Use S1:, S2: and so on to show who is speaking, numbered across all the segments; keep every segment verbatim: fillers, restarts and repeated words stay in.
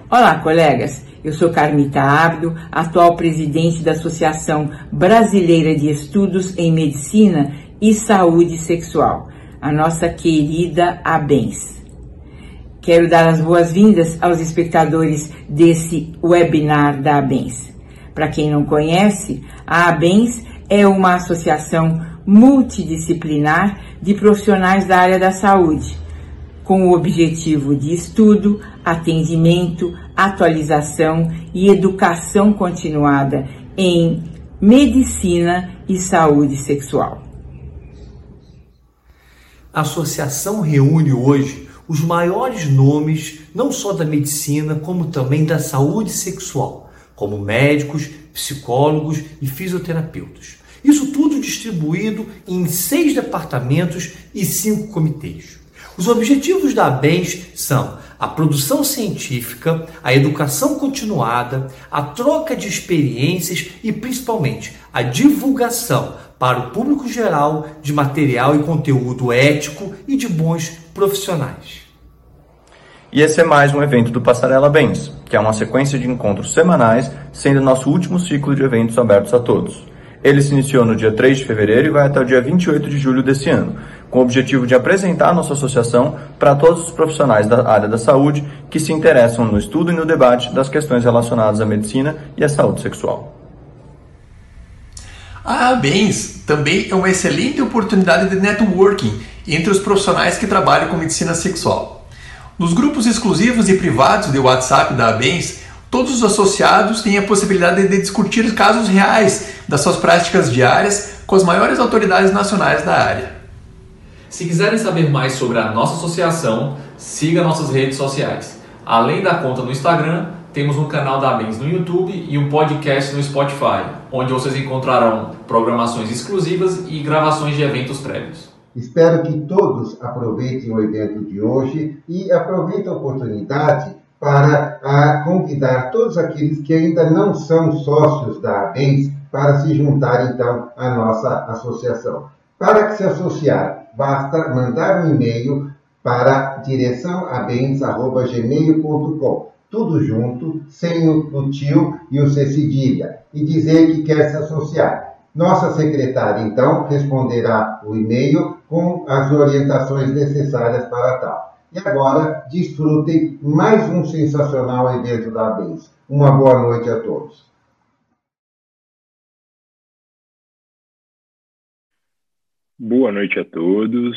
S1: Olá, colegas. Eu sou Carmita Abdo, atual presidente da Associação Brasileira de Estudos em Medicina e Saúde Sexual, a nossa querida ABENS. Quero dar as boas-vindas aos espectadores desse webinar da ABENS. Para quem não conhece, a ABENS é uma associação multidisciplinar de profissionais da área da saúde, com o objetivo de estudo, atendimento, atualização e educação continuada em medicina e saúde sexual.
S2: A associação reúne hoje os maiores nomes não só da medicina, como também da saúde sexual, como médicos, psicólogos e fisioterapeutas. Isso tudo distribuído em seis departamentos e cinco comitês. Os objetivos da ABENS são a produção científica, a educação continuada, a troca de experiências e, principalmente, a divulgação para o público geral de material e conteúdo ético e de bons profissionais.
S3: E esse é mais um evento do Passarela ABENS, que é uma sequência de encontros semanais, sendo nosso último ciclo de eventos abertos a todos. Ele se iniciou no dia três de fevereiro e vai até o dia vinte e oito de julho desse ano, com o objetivo de apresentar a nossa associação para todos os profissionais da área da saúde que se interessam no estudo e no debate das questões relacionadas à medicina e à saúde sexual.
S4: A ABENS também é uma excelente oportunidade de networking entre os profissionais que trabalham com medicina sexual. Nos grupos exclusivos e privados de WhatsApp da ABENS, todos os associados têm a possibilidade de discutir casos reais das suas práticas diárias com as maiores autoridades nacionais da área.
S5: Se quiserem saber mais sobre a nossa associação, siga nossas redes sociais. Além da conta no Instagram, temos um canal da ABENS no YouTube e um podcast no Spotify, onde vocês encontrarão programações exclusivas e gravações de eventos prévios.
S6: Espero que todos aproveitem o evento de hoje e aproveitem a oportunidade para a, convidar todos aqueles que ainda não são sócios da ABENS para se juntar, então, à nossa associação. Para se associar, basta mandar um e-mail para direção abens arroba gmail ponto com, tudo junto, sem o tio e o C cedilha, e dizer que quer se associar. Nossa secretária, então, responderá o e-mail com as orientações necessárias para tal. E agora, desfrutem mais um sensacional evento da ABENS. Uma boa noite a todos.
S7: Boa noite a todos.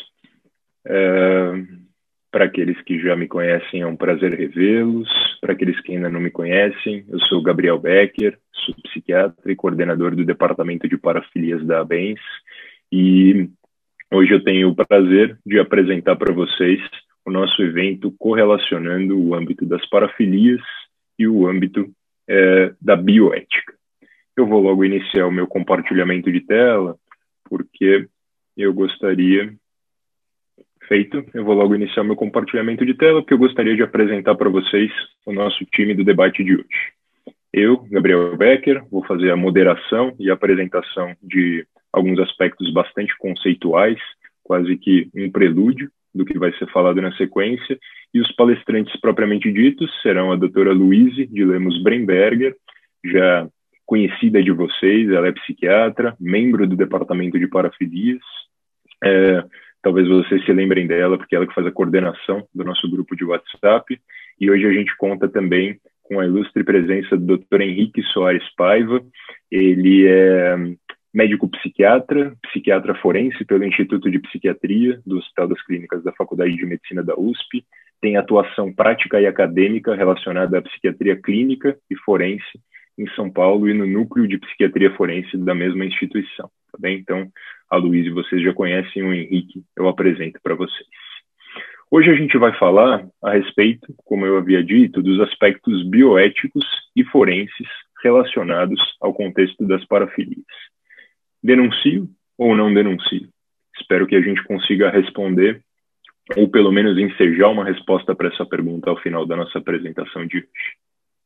S7: É, para aqueles que já me conhecem, é um prazer revê-los. Para aqueles que ainda não me conhecem, eu sou Gabriel Becker, sou psiquiatra e coordenador do Departamento de Parafilias da ABENS. E hoje eu tenho o prazer de apresentar para vocês o nosso evento correlacionando o âmbito das parafilias e o âmbito é, da bioética. Eu vou logo iniciar o meu compartilhamento de tela, porque eu gostaria... Feito, eu vou logo iniciar o meu compartilhamento de tela, porque eu gostaria de apresentar para vocês o nosso time do debate de hoje. Eu, Gabriel Becker, vou fazer a moderação e a apresentação de alguns aspectos bastante conceituais, quase que um prelúdio do que vai ser falado na sequência, e os palestrantes propriamente ditos serão a doutora Luíse de Lemos Bremberger, já conhecida de vocês, ela é psiquiatra, membro do Departamento de Parafilias. É, talvez vocês se lembrem dela, porque ela que faz a coordenação do nosso grupo de WhatsApp, e hoje a gente conta também com a ilustre presença do doutor Henrique Soares Paiva. Ele é médico psiquiatra, psiquiatra forense pelo Instituto de Psiquiatria do Hospital das Clínicas da Faculdade de Medicina da U S P, tem atuação prática e acadêmica relacionada à psiquiatria clínica e forense em São Paulo e no núcleo de psiquiatria forense da mesma instituição, tá bem? Então, a Luíse, vocês já conhecem, o Henrique, eu apresento para vocês. Hoje a gente vai falar a respeito, como eu havia dito, dos aspectos bioéticos e forenses relacionados ao contexto das parafilias. Denuncio ou não denuncio? Espero que a gente consiga responder, ou pelo menos ensejar uma resposta para essa pergunta ao final da nossa apresentação de hoje.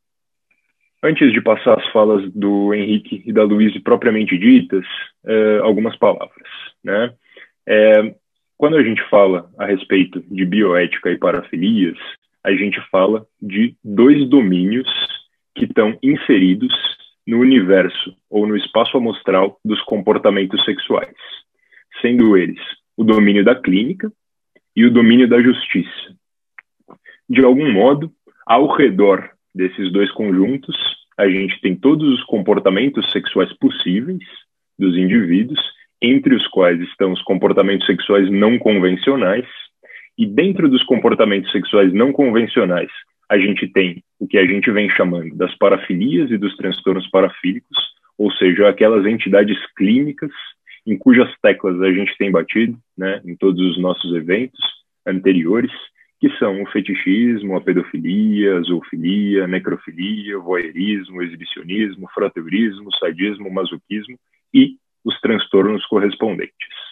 S7: Antes de passar as falas do Henrique e da Luíse propriamente ditas, eh, algumas palavras, né? Eh, quando a gente fala a respeito de bioética e parafilias, a gente fala de dois domínios que estão inseridos no universo ou no espaço amostral dos comportamentos sexuais, sendo eles o domínio da clínica e o domínio da justiça. De algum modo, ao redor desses dois conjuntos, a gente tem todos os comportamentos sexuais possíveis dos indivíduos, entre os quais estão os comportamentos sexuais não convencionais, e dentro dos comportamentos sexuais não convencionais, a gente tem o que a gente vem chamando das parafilias e dos transtornos parafílicos, ou seja, aquelas entidades clínicas em cujas teclas a gente tem batido, né, em todos os nossos eventos anteriores, que são o fetichismo, a pedofilia, a zoofilia, a necrofilia, o voyeurismo, o exibicionismo, o frateurismo, o sadismo, o masoquismo e os transtornos correspondentes.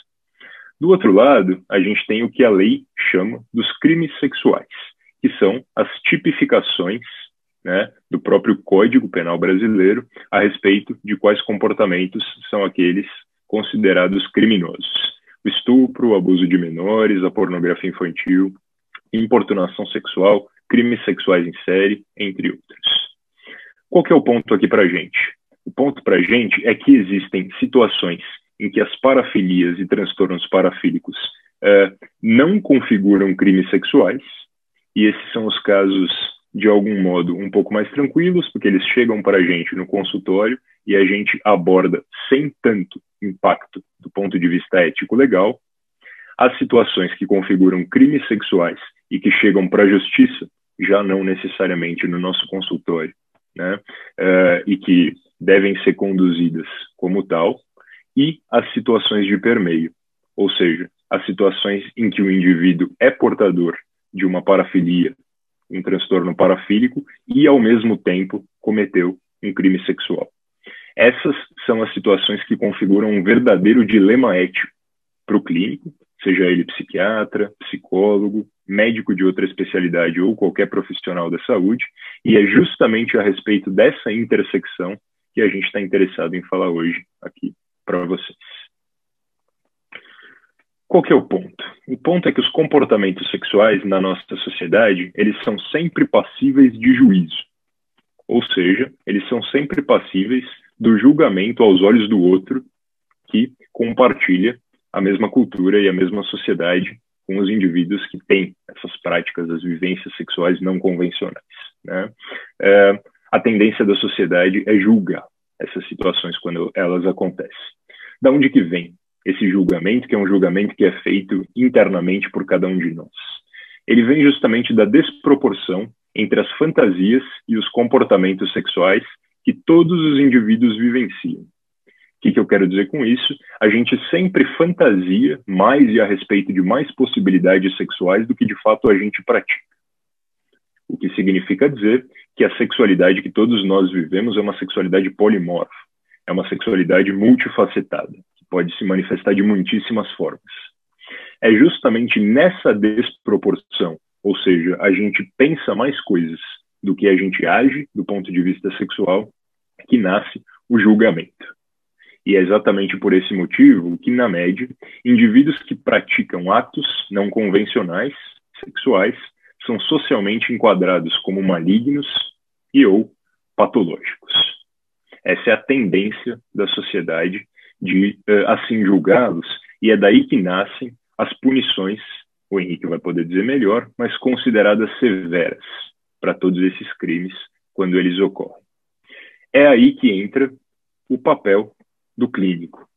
S7: Do outro lado, a gente tem o que a lei chama dos crimes sexuais, que são as tipificações, né, do próprio Código Penal brasileiro a respeito de quais comportamentos são aqueles considerados criminosos. O estupro, o abuso de menores, a pornografia infantil, importunação sexual, crimes sexuais em série, entre outros. Qual que é o ponto aqui pra gente? O ponto pra gente é que existem situações em que as parafilias e transtornos parafílicos uh, não configuram crimes sexuais, e esses são os casos, de algum modo, um pouco mais tranquilos, porque eles chegam para a gente no consultório e a gente aborda sem tanto impacto do ponto de vista ético-legal. As situações que configuram crimes sexuais e que chegam para a justiça, já não necessariamente no nosso consultório, né? Uh, e que devem ser conduzidas como tal, e as situações de permeio, ou seja, as situações em que o indivíduo é portador de uma parafilia, um transtorno parafílico, e ao mesmo tempo cometeu um crime sexual. Essas são as situações que configuram um verdadeiro dilema ético para o clínico, seja ele psiquiatra, psicólogo, médico de outra especialidade ou qualquer profissional da saúde, e é justamente a respeito dessa intersecção que a gente está interessado em falar hoje aqui para vocês. Qual que é o ponto? O ponto é que os comportamentos sexuais na nossa sociedade, eles são sempre passíveis de juízo. Ou seja, eles são sempre passíveis do julgamento aos olhos do outro que compartilha a mesma cultura e a mesma sociedade com os indivíduos que têm essas práticas, as vivências sexuais não convencionais, né? É, a tendência da sociedade é julgar essas situações quando elas acontecem. Da onde que vem esse julgamento, que é um julgamento que é feito internamente por cada um de nós? Ele vem justamente da desproporção entre as fantasias e os comportamentos sexuais que todos os indivíduos vivenciam. O que, que eu quero dizer com isso? A gente sempre fantasia mais e a respeito de mais possibilidades sexuais do que de fato a gente pratica. O que significa dizer que a sexualidade que todos nós vivemos é uma sexualidade polimorfa, é uma sexualidade multifacetada, que pode se manifestar de muitíssimas formas. É justamente nessa desproporção, ou seja, a gente pensa mais coisas do que a gente age do ponto de vista sexual, que nasce o julgamento. E é exatamente por esse motivo que, na média, indivíduos que praticam atos não convencionais, sexuais, são socialmente enquadrados como malignos e ou patológicos. Essa é a tendência da sociedade de uh, assim julgá-los, e é daí que nascem as punições, o Henrique vai poder dizer melhor, mas consideradas severas para todos esses crimes quando eles ocorrem. É aí que entra o papel do clínico,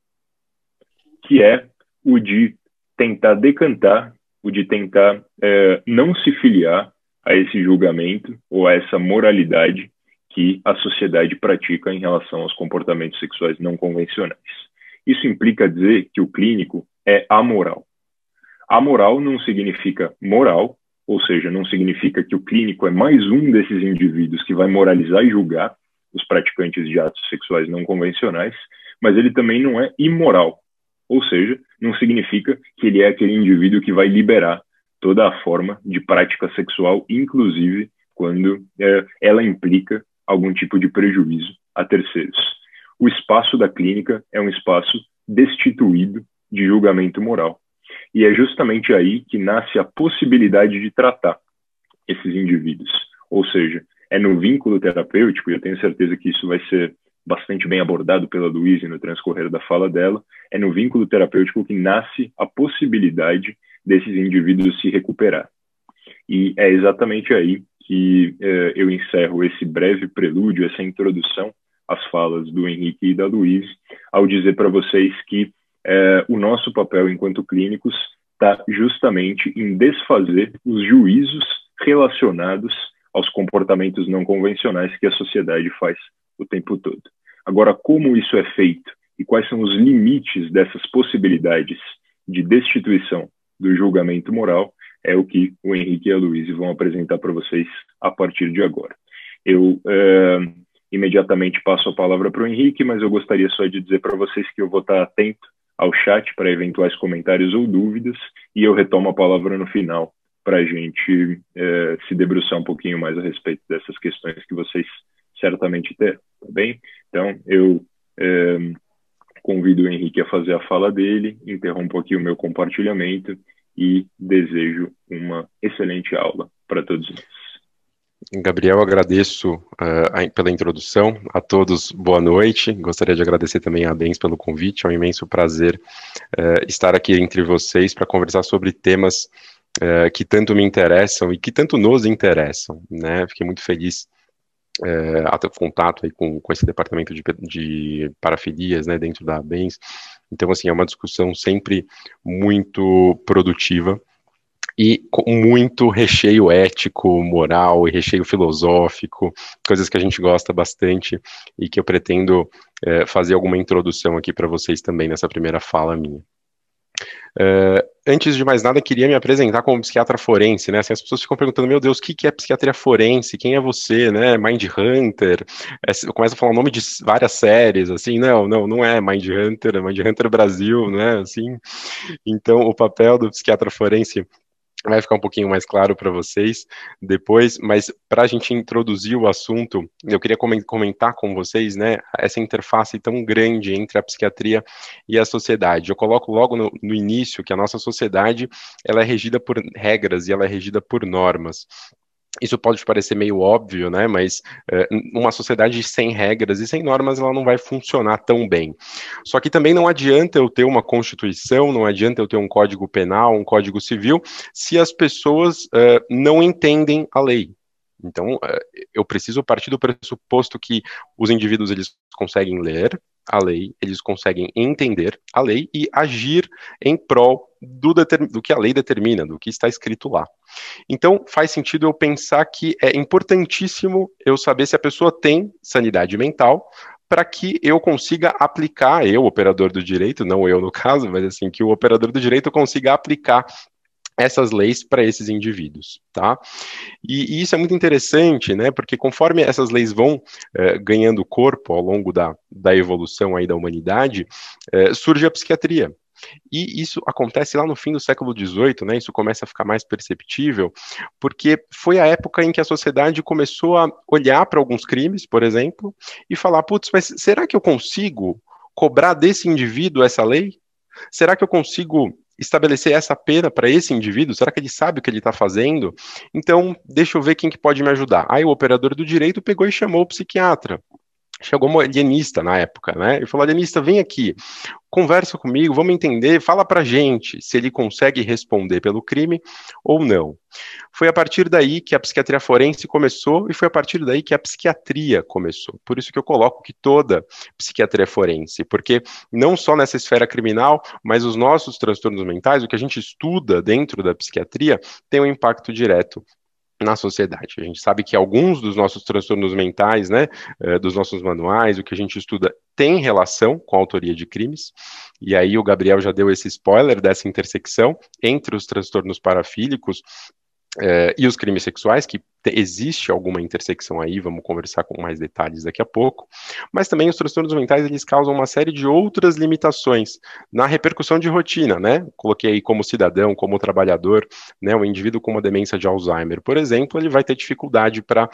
S7: que é o de tentar decantar, o de tentar é, não se filiar a esse julgamento ou a essa moralidade que a sociedade pratica em relação aos comportamentos sexuais não convencionais. Isso implica dizer que o clínico é amoral. Amoral não significa moral, ou seja, não significa que o clínico é mais um desses indivíduos que vai moralizar e julgar os praticantes de atos sexuais não convencionais, mas ele também não é imoral, ou seja, não significa que ele é aquele indivíduo que vai liberar toda a forma de prática sexual, inclusive quando é, ela implica algum tipo de prejuízo a terceiros. O espaço da clínica é um espaço destituído de julgamento moral. E é justamente aí que nasce a possibilidade de tratar esses indivíduos. Ou seja, é no vínculo terapêutico, e eu tenho certeza que isso vai ser bastante bem abordado pela Luísa no transcorrer da fala dela, é no vínculo terapêutico que nasce a possibilidade desses indivíduos se recuperar. E é exatamente aí que eh, eu encerro esse breve prelúdio, essa introdução às falas do Henrique e da Luísa, ao dizer para vocês que eh, o nosso papel enquanto clínicos está justamente em desfazer os juízos relacionados aos comportamentos não convencionais que a sociedade faz o tempo todo. Agora, como isso é feito e quais são os limites dessas possibilidades de destituição do julgamento moral é o que o Henrique e a Luísa vão apresentar para vocês a partir de agora. Eu é, imediatamente passo a palavra para o Henrique, mas eu gostaria só de dizer para vocês que eu vou estar atento ao chat para eventuais comentários ou dúvidas e eu retomo a palavra no final para a gente é, se debruçar um pouquinho mais a respeito dessas questões que vocês certamente terão, tá bem? Então, eu é, convido o Henrique a fazer a fala dele, interrompo aqui o meu compartilhamento e desejo uma excelente aula para todos nós.
S8: Gabriel, agradeço uh, pela introdução. A todos, boa noite. Gostaria de agradecer também a ABENS pelo convite. É um imenso prazer uh, estar aqui entre vocês para conversar sobre temas uh, que tanto me interessam e que tanto nos interessam, né? Fiquei muito feliz uh, a ter contato aí com, com esse departamento de, de parafilias, né, dentro da ABENS. Então, assim, é uma discussão sempre muito produtiva e com muito recheio ético, moral e recheio filosófico, coisas que a gente gosta bastante e que eu pretendo é, fazer alguma introdução aqui para vocês também nessa primeira fala minha. Uh, antes de mais nada, queria me apresentar como psiquiatra forense, né? Assim, as pessoas ficam perguntando, meu Deus, o que, que é psiquiatria forense? Quem é você, né? Mind Hunter? É, eu começo a falar o nome de várias séries, assim, não, não, não é Mind Hunter, é Mind Hunter Brasil, né? Assim, então, o papel do psiquiatra forense vai ficar um pouquinho mais claro para vocês depois, mas para a gente introduzir o assunto, eu queria comentar com vocês, né, essa interface tão grande entre a psiquiatria e a sociedade. Eu coloco logo no, no início que a nossa sociedade, ela é regida por regras e ela é regida por normas. Isso pode parecer meio óbvio, né, mas uh, uma sociedade sem regras e sem normas, ela não vai funcionar tão bem. Só que também não adianta eu ter uma constituição, não adianta eu ter um código penal, um código civil, se as pessoas uh, não entendem a lei. Então, uh, eu preciso partir do pressuposto que os indivíduos, eles conseguem ler a lei, eles conseguem entender a lei e agir em prol do, do que a lei determina, do que está escrito lá. Então, faz sentido eu pensar que é importantíssimo eu saber se a pessoa tem sanidade mental para que eu consiga aplicar, eu, operador do direito, não eu no caso, mas assim, que o operador do direito consiga aplicar essas leis para esses indivíduos, tá? E, e isso é muito interessante, né, porque conforme essas leis vão eh, ganhando corpo ao longo da, da evolução aí da humanidade, eh, surge a psiquiatria. E isso acontece lá no fim do século dezoito, né, isso começa a ficar mais perceptível, porque foi a época em que a sociedade começou a olhar para alguns crimes, por exemplo, e falar, putz, mas será que eu consigo cobrar desse indivíduo essa lei? Será que eu consigo estabelecer essa pena para esse indivíduo? Será que ele sabe o que ele está fazendo? Então, deixa eu ver quem que pode me ajudar. Aí o operador do direito pegou e chamou o psiquiatra. Chegou um alienista na época, né? Ele falou, alienista, vem aqui, conversa comigo, vamos entender, fala pra gente se ele consegue responder pelo crime ou não. Foi a partir daí que a psiquiatria forense começou e foi a partir daí que a psiquiatria começou. Por isso que eu coloco que toda psiquiatria é forense, porque não só nessa esfera criminal, mas os nossos transtornos mentais, o que a gente estuda dentro da psiquiatria, tem um impacto direto na sociedade. A gente sabe que alguns dos nossos transtornos mentais, né, dos nossos manuais, o que a gente estuda tem relação com a autoria de crimes, e aí o Gabriel já deu esse spoiler dessa intersecção entre os transtornos parafílicos Uh, e os crimes sexuais, que existe alguma intersecção aí, vamos conversar com mais detalhes daqui a pouco, mas também os transtornos mentais, eles causam uma série de outras limitações na repercussão de rotina, né, coloquei aí como cidadão, como trabalhador, né, um indivíduo com uma demência de Alzheimer, por exemplo, ele vai ter dificuldade para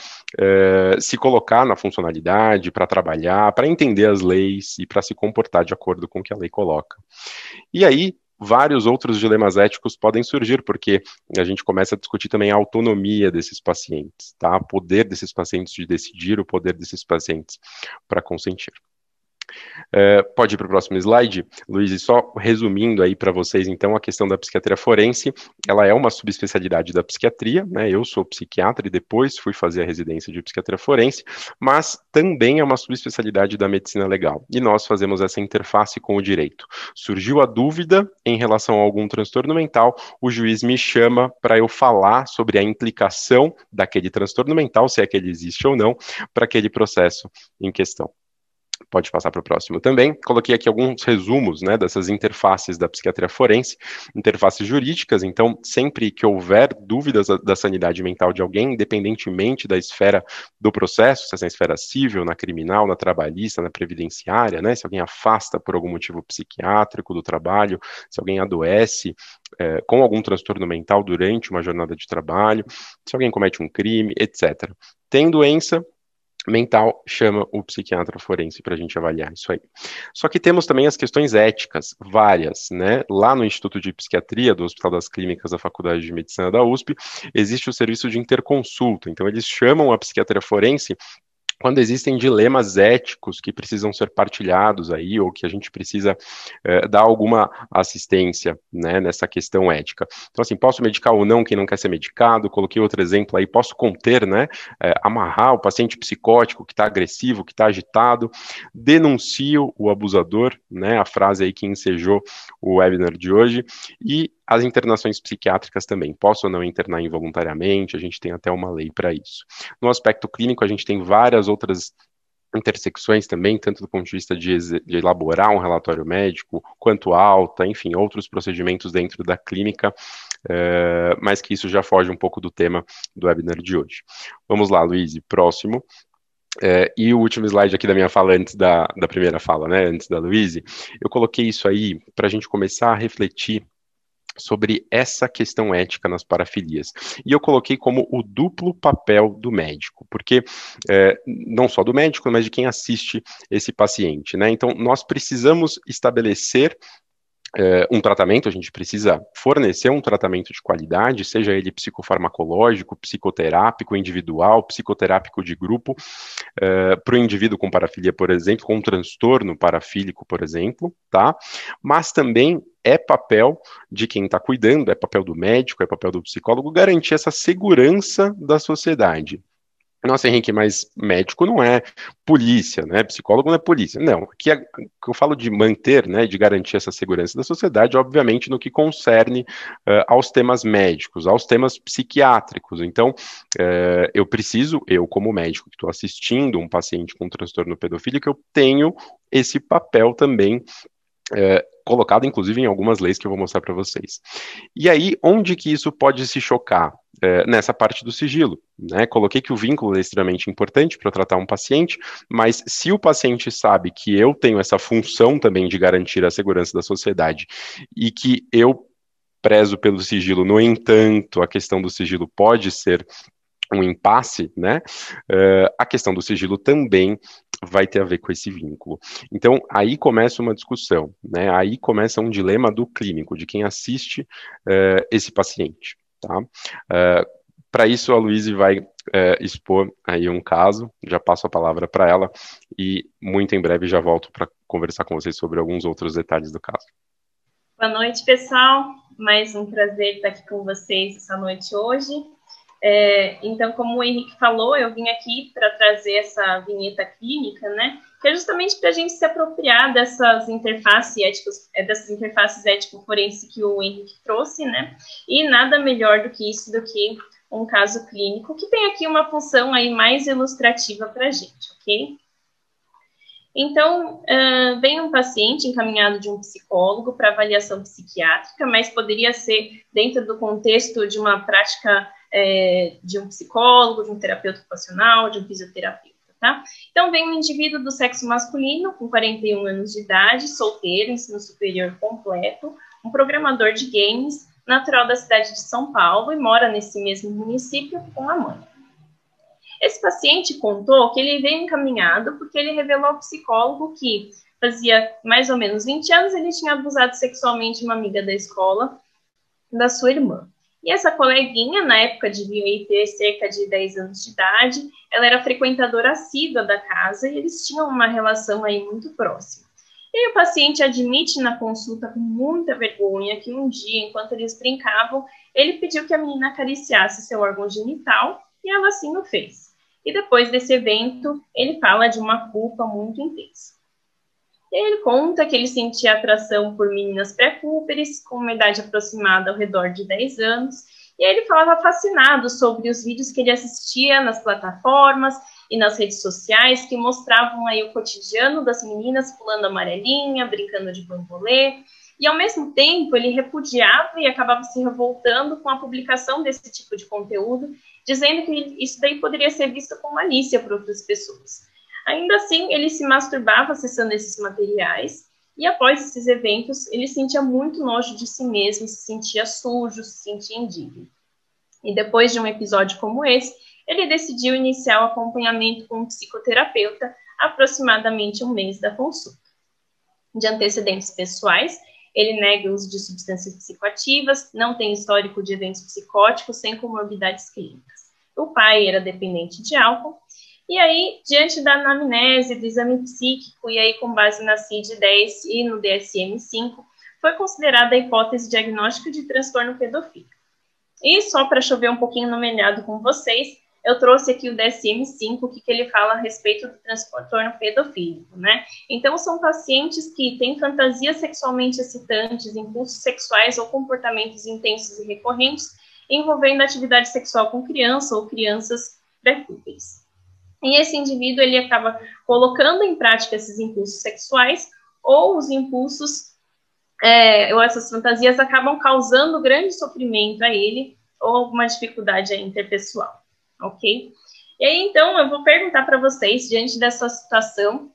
S8: uh, se colocar na funcionalidade, para trabalhar, para entender as leis e para se comportar de acordo com o que a lei coloca. E aí, vários outros dilemas éticos podem surgir, porque a gente começa a discutir também a autonomia desses pacientes, tá? O poder desses pacientes de decidir, o poder desses pacientes para consentir. Uh, pode ir para o próximo slide, Luiz, e só resumindo aí para vocês, então, a questão da psiquiatria forense, ela é uma subespecialidade da psiquiatria, né, eu sou psiquiatra e depois fui fazer a residência de psiquiatria forense, mas também é uma subespecialidade da medicina legal, e nós fazemos essa interface com o direito. Surgiu a dúvida em relação a algum transtorno mental, o juiz me chama para eu falar sobre a implicação daquele transtorno mental, se é que ele existe ou não, para aquele processo em questão. Pode passar para o próximo também. Coloquei aqui alguns resumos, né, dessas interfaces da psiquiatria forense, interfaces jurídicas, então sempre que houver dúvidas da, da sanidade mental de alguém, independentemente da esfera do processo, se é na esfera civil, na criminal, na trabalhista, na previdenciária, né, se alguém afasta por algum motivo psiquiátrico do trabalho, se alguém adoece é, com algum transtorno mental durante uma jornada de trabalho, se alguém comete um crime, etcétera. Tem doença mental, chama o psiquiatra forense para a gente avaliar isso aí. Só que temos também as questões éticas, várias, né? Lá no Instituto de Psiquiatria do Hospital das Clínicas da Faculdade de Medicina da U S P, existe o serviço de interconsulta, então eles chamam a psiquiatria forense quando existem dilemas éticos que precisam ser partilhados aí, ou que a gente precisa eh, dar alguma assistência, né, nessa questão ética. Então, assim, posso medicar ou não quem não quer ser medicado? Coloquei outro exemplo aí, posso conter, né, eh, amarrar o paciente psicótico que está agressivo, que está agitado, denuncio o abusador, né, a frase aí que ensejou o webinar de hoje, e as internações psiquiátricas também, posso ou não internar involuntariamente, a gente tem até uma lei para isso. No aspecto clínico, a gente tem várias outras intersecções também, tanto do ponto de vista de, de elaborar um relatório médico, quanto alta, enfim, outros procedimentos dentro da clínica, uh, mas que isso já foge um pouco do tema do webinar de hoje. Vamos lá, Luiz, próximo. É, e o último slide aqui da minha fala antes da, da primeira fala, né, antes da Luíse, eu coloquei isso aí para a gente começar a refletir sobre essa questão ética nas parafilias. E eu coloquei como o duplo papel do médico, porque é, não só do médico, mas de quem assiste esse paciente, né? Então, nós precisamos estabelecer É, um tratamento, a gente precisa fornecer um tratamento de qualidade, seja ele psicofarmacológico, psicoterápico individual, psicoterápico de grupo, é, para o indivíduo com parafilia, por exemplo, com um transtorno parafílico, por exemplo, tá? Mas também é papel de quem está cuidando, é papel do médico, é papel do psicólogo, garantir essa segurança da sociedade. Nossa, Henrique, mas médico não é polícia, né? Psicólogo não é polícia. Não, aqui é, eu falo de manter, né, de garantir essa segurança da sociedade, obviamente, no que concerne uh, aos temas médicos, aos temas psiquiátricos. Então, uh, eu preciso, eu como médico que estou assistindo um paciente com transtorno pedofílico, eu tenho esse papel também uh, colocado, inclusive, em algumas leis que eu vou mostrar para vocês. E aí, onde que isso pode se chocar? É, nessa parte do sigilo, né? Coloquei que o vínculo é extremamente importante para tratar um paciente, mas se o paciente sabe que eu tenho essa função também de garantir a segurança da sociedade e que eu prezo pelo sigilo, no entanto, a questão do sigilo pode ser um impasse, né? Uh, a questão do sigilo também vai ter a ver com esse vínculo. Então, aí começa uma discussão, né? Aí começa um dilema do clínico, de quem assiste uh, esse paciente. Tá? Uh, para isso, a Luíse vai uh, expor aí um caso, já passo a palavra para ela e muito em breve já volto para conversar com vocês sobre alguns outros detalhes do caso.
S9: Boa noite, pessoal. Mais um prazer estar aqui com vocês essa noite hoje. É, então, como o Henrique falou, eu vim aqui para trazer essa vinheta clínica, né? Que é justamente para a gente se apropriar dessas interfaces éticas, dessas interfaces ético-forense que o Henrique trouxe, né? E nada melhor do que isso, do que um caso clínico, que tem aqui uma função aí mais ilustrativa para a gente, ok? Então, uh, vem um paciente encaminhado de um psicólogo para avaliação psiquiátrica, mas poderia ser dentro do contexto de uma prática é, de um psicólogo, de um terapeuta ocupacional, de um fisioterapeuta. Tá? Então, vem um indivíduo do sexo masculino, com quarenta e um anos de idade, solteiro, ensino superior completo, um programador de games, natural da cidade de São Paulo e mora nesse mesmo município com a mãe. Esse paciente contou que ele veio encaminhado porque ele revelou ao psicólogo que, fazia mais ou menos vinte anos, ele tinha abusado sexualmente de uma amiga da escola, da sua irmã. E essa coleguinha, na época, devia ter cerca de dez anos de idade, ela era frequentadora assídua da casa e eles tinham uma relação aí muito próxima. E aí o paciente admite na consulta com muita vergonha que um dia, enquanto eles brincavam, ele pediu que a menina acariciasse seu órgão genital e ela assim o fez. E depois desse evento, ele fala de uma culpa muito intensa. E aí ele conta que ele sentia atração por meninas pré-púberes, com uma idade aproximada ao redor de dez anos, e aí ele falava fascinado sobre os vídeos que ele assistia nas plataformas e nas redes sociais, que mostravam aí o cotidiano das meninas pulando amarelinha, brincando de bambolê, e ao mesmo tempo ele repudiava e acabava se revoltando com a publicação desse tipo de conteúdo, dizendo que isso daí poderia ser visto com malícia por outras pessoas. Ainda assim, ele se masturbava acessando esses materiais, e após esses eventos, ele sentia muito nojo de si mesmo, se sentia sujo, se sentia indigno. E depois de um episódio como esse, ele decidiu iniciar o acompanhamento com um psicoterapeuta aproximadamente um mês da consulta. De antecedentes pessoais, ele nega o uso de substâncias psicoativas, não tem histórico de eventos psicóticos sem comorbidades clínicas. O pai era dependente de álcool. E aí, diante da anamnese, do exame psíquico, e aí com base na C I D dez e no D S M cinco, foi considerada a hipótese diagnóstica de transtorno pedofílico. E só para chover um pouquinho no melhado com vocês, eu trouxe aqui o D S M cinco, o que, que ele fala a respeito do transtorno pedofílico, né? Então, são pacientes que têm fantasias sexualmente excitantes, impulsos sexuais ou comportamentos intensos e recorrentes envolvendo atividade sexual com criança ou crianças pré-púberes. E esse indivíduo, ele acaba colocando em prática esses impulsos sexuais, ou os impulsos, é, ou essas fantasias acabam causando grande sofrimento a ele, ou alguma dificuldade interpessoal, ok? E aí, então, eu vou perguntar para vocês, diante dessa situação,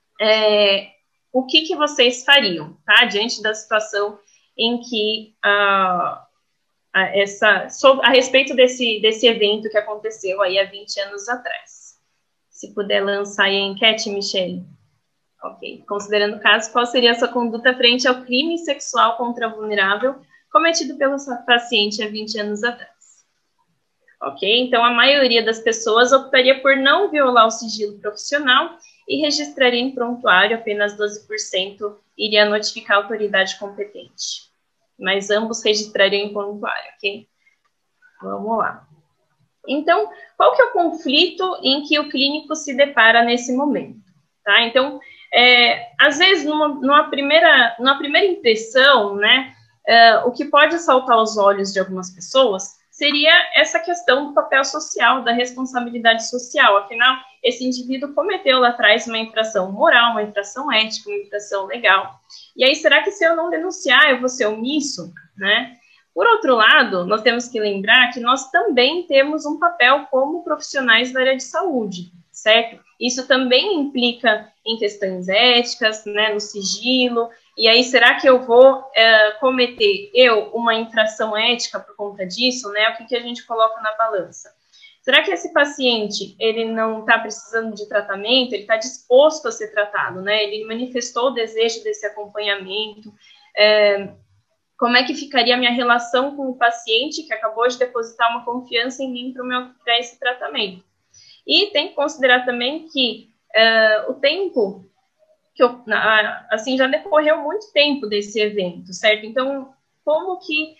S9: é, o que, que vocês fariam, tá? Diante da situação em que, uh, a, essa, sobre, a respeito desse, desse evento que aconteceu aí há vinte anos atrás. Se puder lançar aí a enquete, Michele. Ok. Considerando o caso, qual seria a sua conduta frente ao crime sexual contra o vulnerável cometido pelo paciente há vinte anos atrás? Ok. Então, a maioria das pessoas optaria por não violar o sigilo profissional e registraria em prontuário, apenas doze por cento iria notificar a autoridade competente. Mas ambos registrariam em prontuário, ok? Vamos lá. Então, qual que é o conflito em que o clínico se depara nesse momento? Tá? Então, é, às vezes, numa, numa, primeira, numa primeira impressão, né, é, o que pode saltar aos olhos de algumas pessoas seria essa questão do papel social, da responsabilidade social. Afinal, esse indivíduo cometeu lá atrás uma infração moral, uma infração ética, uma infração legal. E aí, será que se eu não denunciar, eu vou ser omisso, né? Por outro lado, nós temos que lembrar que nós também temos um papel como profissionais da área de saúde, certo? Isso também implica em questões éticas, né, no sigilo, e aí será que eu vou é, cometer, eu, uma infração ética por conta disso, né? O que, que a gente coloca na balança? Será que esse paciente, ele não está precisando de tratamento, ele está disposto a ser tratado, né? Ele manifestou o desejo desse acompanhamento, é, como é que ficaria a minha relação com o paciente que acabou de depositar uma confiança em mim para esse tratamento. E tem que considerar também que uh, o tempo, que eu, assim, já decorreu muito tempo desse evento, certo? Então, como que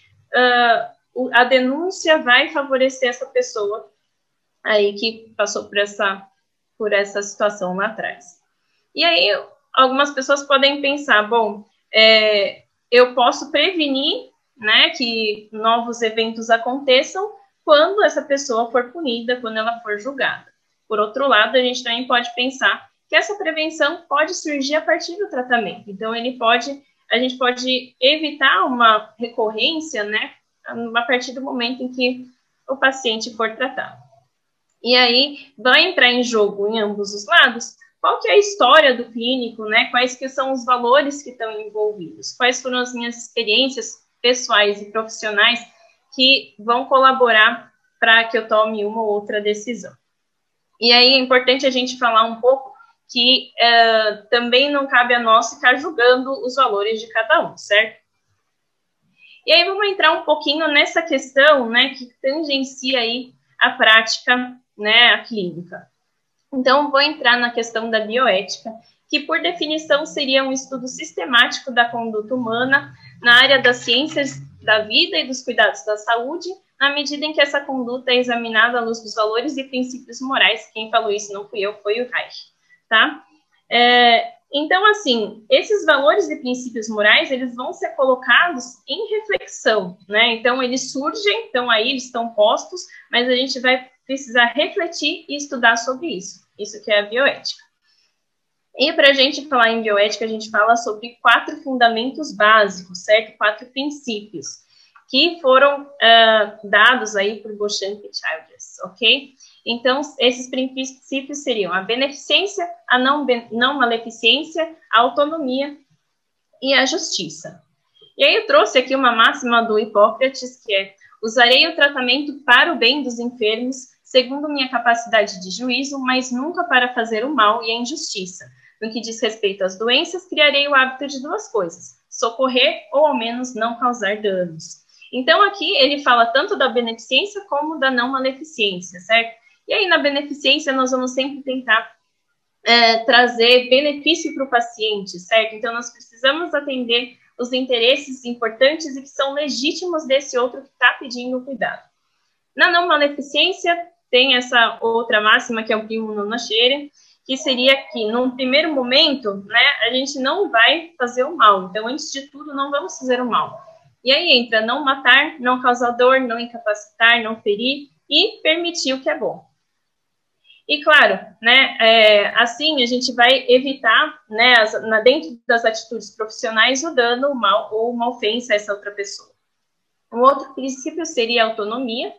S9: uh, a denúncia vai favorecer essa pessoa aí que passou por essa, por essa situação lá atrás? E aí, algumas pessoas podem pensar, bom, é, eu posso prevenir, né, que novos eventos aconteçam quando essa pessoa for punida, quando ela for julgada. Por outro lado, a gente também pode pensar que essa prevenção pode surgir a partir do tratamento. Então, ele pode, a gente pode evitar uma recorrência, né, a partir do momento em que o paciente for tratado. E aí, vai entrar em jogo em ambos os lados qual que é a história do clínico, né? Quais que são os valores que estão envolvidos? Quais foram as minhas experiências pessoais e profissionais que vão colaborar para que eu tome uma ou outra decisão? E aí é importante a gente falar um pouco que uh, também não cabe a nós ficar julgando os valores de cada um, certo? E aí vamos entrar um pouquinho nessa questão, né, que tangencia aí a prática, né, a clínica. Então, vou entrar na questão da bioética, que por definição seria um estudo sistemático da conduta humana na área das ciências da vida e dos cuidados da saúde, na medida em que essa conduta é examinada à luz dos valores e princípios morais. Quem falou isso não fui eu, foi o Reich, tá? É, então, assim, esses valores e princípios morais, eles vão ser colocados em reflexão, né? Então, eles surgem, então aí eles estão postos, mas a gente vai precisar refletir e estudar sobre isso. Isso que é a bioética. E para a gente falar em bioética, a gente fala sobre quatro fundamentos básicos, certo? Quatro princípios que foram uh, dados aí por Beauchamp e Childress, ok? Então, esses princípios seriam a beneficência, a não, não maleficência, a autonomia e a justiça. E aí eu trouxe aqui uma máxima do Hipócrates, que é: usarei o tratamento para o bem dos enfermos, segundo minha capacidade de juízo, mas nunca para fazer o mal e a injustiça. No que diz respeito às doenças, criarei o hábito de duas coisas: socorrer ou, ao menos, não causar danos. Então, aqui ele fala tanto da beneficência como da não maleficência, certo? E aí, na beneficência, nós vamos sempre tentar é, trazer benefício para o paciente, certo? Então, nós precisamos atender os interesses importantes e que são legítimos desse outro que está pedindo o cuidado. Na não maleficência, tem essa outra máxima, que é o primo non nocere, que seria que, num primeiro momento, né, a gente não vai fazer o mal. Então, antes de tudo, não vamos fazer o mal. E aí entra não matar, não causar dor, não incapacitar, não ferir e permitir o que é bom. E, claro, né, é, assim a gente vai evitar, né, as, na, dentro das atitudes profissionais, o dano, o mal ou uma ofensa a essa outra pessoa. Um outro princípio seria a autonomia.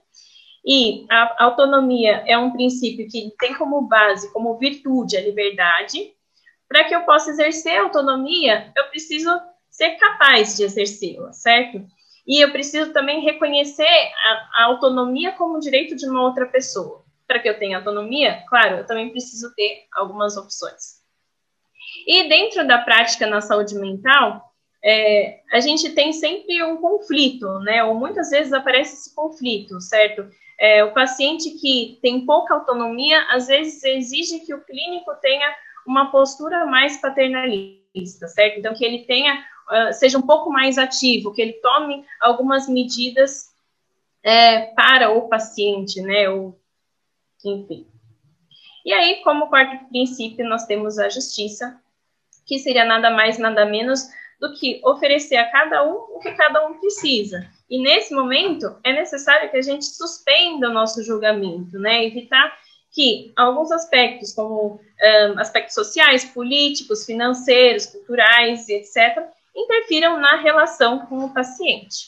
S9: E a autonomia é um princípio que tem como base, como virtude, a liberdade. Para que eu possa exercer a autonomia, eu preciso ser capaz de exercê-la, certo? E eu preciso também reconhecer a, a autonomia como direito de uma outra pessoa. Para que eu tenha autonomia, claro, eu também preciso ter algumas opções. E dentro da prática na saúde mental, é, a gente tem sempre um conflito, né? Ou muitas vezes aparece esse conflito, certo? É, o paciente que tem pouca autonomia, às vezes exige que o clínico tenha uma postura mais paternalista, certo? Então, que ele tenha, uh, seja um pouco mais ativo, que ele tome algumas medidas é, para o paciente, né? Ou, enfim. E aí, como quarto princípio, nós temos a justiça, que seria nada mais, nada menos do que oferecer a cada um o que cada um precisa. E nesse momento, é necessário que a gente suspenda o nosso julgamento, né? Evitar que alguns aspectos, como um, aspectos sociais, políticos, financeiros, culturais, etcétera, interfiram na relação com o paciente.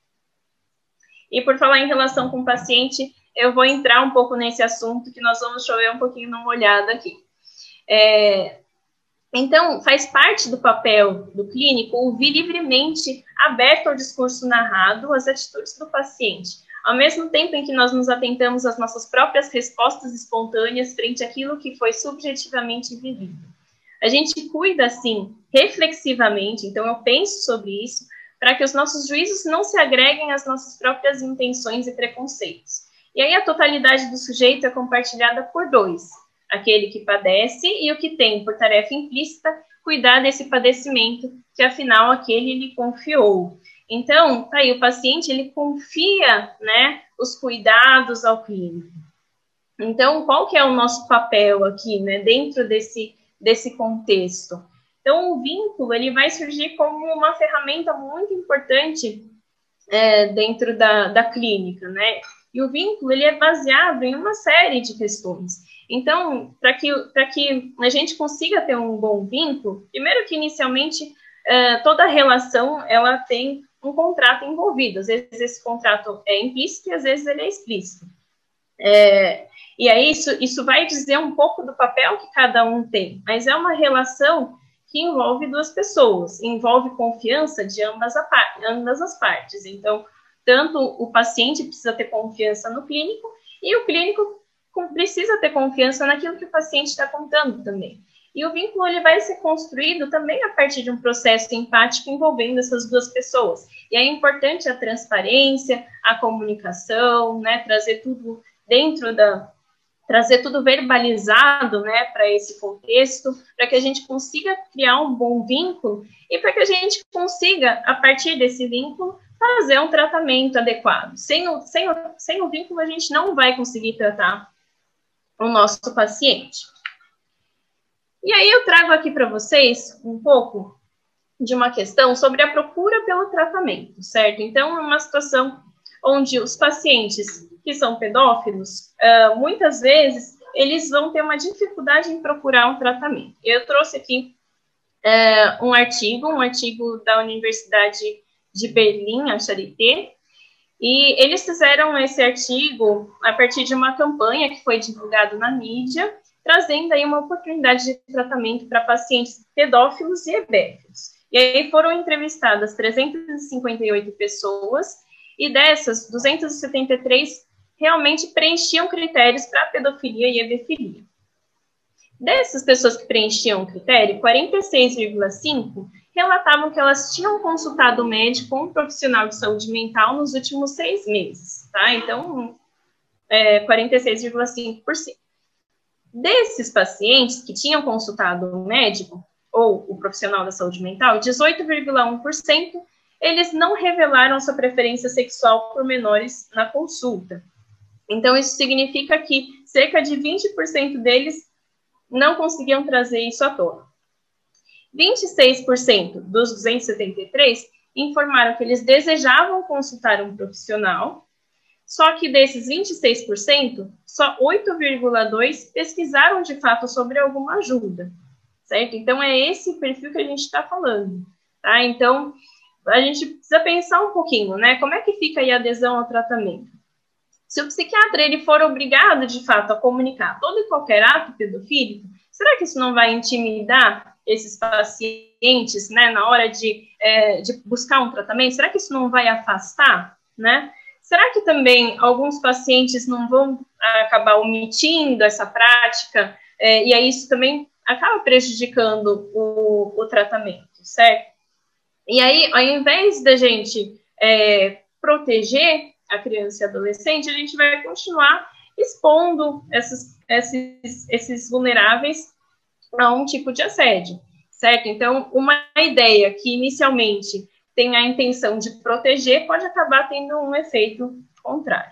S9: E por falar em relação com o paciente, eu vou entrar um pouco nesse assunto, que nós vamos chover um pouquinho numa olhada aqui. É... Então, faz parte do papel do clínico ouvir livremente, aberto ao discurso narrado, as atitudes do paciente, ao mesmo tempo em que nós nos atentamos às nossas próprias respostas espontâneas frente àquilo que foi subjetivamente vivido. A gente cuida, assim, reflexivamente, então eu penso sobre isso, para que os nossos juízos não se agreguem às nossas próprias intenções e preconceitos. E aí a totalidade do sujeito é compartilhada por dois: aquele que padece e o que tem, por tarefa implícita, cuidar desse padecimento, que afinal aquele lhe confiou. Então, tá aí, o paciente, ele confia, né, os cuidados ao clínico. Então, qual que é o nosso papel aqui, né, dentro desse, desse contexto? Então, o vínculo, ele vai surgir como uma ferramenta muito importante é, dentro da, da clínica, né? E o vínculo, ele é baseado em uma série de questões. Então, para que, para que a gente consiga ter um bom vínculo, primeiro que inicialmente uh, toda relação ela tem um contrato envolvido. Às vezes esse contrato é implícito e às vezes ele é explícito. É, e aí isso, isso vai dizer um pouco do papel que cada um tem, mas é uma relação que envolve duas pessoas, envolve confiança de ambas, a, ambas as partes. Então, tanto o paciente precisa ter confiança no clínico e o clínico precisa ter confiança naquilo que o paciente está contando também. E o vínculo ele vai ser construído também a partir de um processo empático envolvendo essas duas pessoas. E é importante a transparência, a comunicação, né, trazer tudo dentro da... trazer tudo verbalizado, né, para esse contexto, para que a gente consiga criar um bom vínculo e para que a gente consiga, a partir desse vínculo, fazer um tratamento adequado. Sem o, sem o, sem o vínculo, a gente não vai conseguir tratar o nosso paciente. E aí eu trago aqui para vocês um pouco de uma questão sobre a procura pelo tratamento, certo? Então, é uma situação onde os pacientes que são pedófilos, uh, muitas vezes, eles vão ter uma dificuldade em procurar um tratamento. Eu trouxe aqui uh, um artigo, um artigo da Universidade de Berlim, a Charité, e eles fizeram esse artigo a partir de uma campanha que foi divulgada na mídia, trazendo aí uma oportunidade de tratamento para pacientes pedófilos e hebéfilos. E aí foram entrevistadas trezentas e cinquenta e oito pessoas, e dessas, duzentas e setenta e três realmente preenchiam critérios para pedofilia e hebefilia. Dessas pessoas que preenchiam o critério, quarenta e seis vírgula cinco por cento relatavam que elas tinham consultado o médico ou um profissional de saúde mental nos últimos seis meses, tá? Então, é, quarenta e seis vírgula cinco por cento. Desses pacientes que tinham consultado o médico ou o profissional da saúde mental, dezoito vírgula um por cento eles não revelaram sua preferência sexual por menores na consulta. Então, isso significa que cerca de vinte por cento deles não conseguiam trazer isso à tona. vinte e seis por cento dos duzentos e setenta e três informaram que eles desejavam consultar um profissional, só que desses vinte e seis por cento, só oito vírgula dois por cento pesquisaram de fato sobre alguma ajuda, certo? Então, é esse perfil que a gente está falando, tá? Então, a gente precisa pensar um pouquinho, né? Como é que fica aí a adesão ao tratamento? Se o psiquiatra ele for obrigado, de fato, a comunicar todo e qualquer ato pedofílico, será que isso não vai intimidar esses pacientes, né, na hora de, é, de buscar um tratamento? Será que isso não vai afastar, né? Será que também alguns pacientes não vão acabar omitindo essa prática, é, e aí isso também acaba prejudicando o, o tratamento, certo? E aí, ao invés da gente é, proteger a criança e adolescente, a gente vai continuar expondo esses, esses, esses vulneráveis a um tipo de assédio, certo? Então, uma ideia que inicialmente tem a intenção de proteger pode acabar tendo um efeito contrário.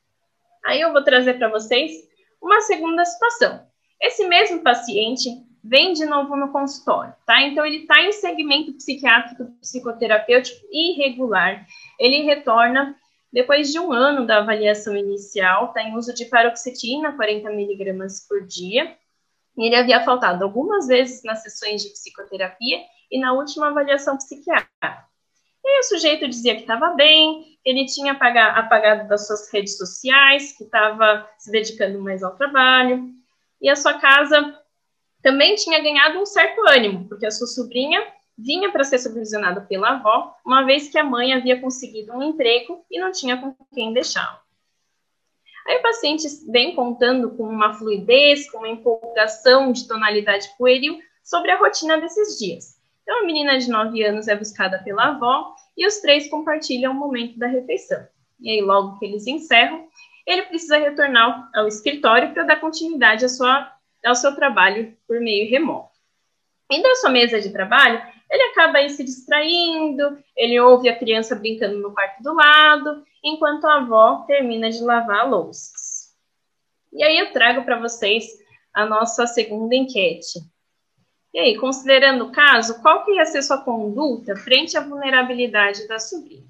S9: Aí eu vou trazer para vocês uma segunda situação. Esse mesmo paciente vem de novo no consultório, tá? Então, ele está em segmento psiquiátrico psicoterapêutico irregular. Ele retorna depois de um ano da avaliação inicial, está em uso de paroxetina, quarenta miligramas por dia. Ele havia faltado algumas vezes nas sessões de psicoterapia e na última avaliação psiquiátrica. E aí o sujeito dizia que estava bem, ele tinha apagado das suas redes sociais, que estava se dedicando mais ao trabalho, e a sua casa também tinha ganhado um certo ânimo, porque a sua sobrinha vinha para ser supervisionada pela avó, uma vez que a mãe havia conseguido um emprego e não tinha com quem deixá-lo. Aí o paciente vem contando com uma fluidez, com uma empolgação de tonalidade pueril sobre a rotina desses dias. Então, a menina de nove anos é buscada pela avó e os três compartilham o momento da refeição. E aí, logo que eles encerram, ele precisa retornar ao escritório para dar continuidade à sua, ao seu trabalho por meio remoto. E da sua mesa de trabalho, ele acaba aí se distraindo, ele ouve a criança brincando no quarto do lado, enquanto a avó termina de lavar louças. E aí eu trago para vocês a nossa segunda enquete. E aí, considerando o caso, qual que ia ser sua conduta frente à vulnerabilidade da sobrinha?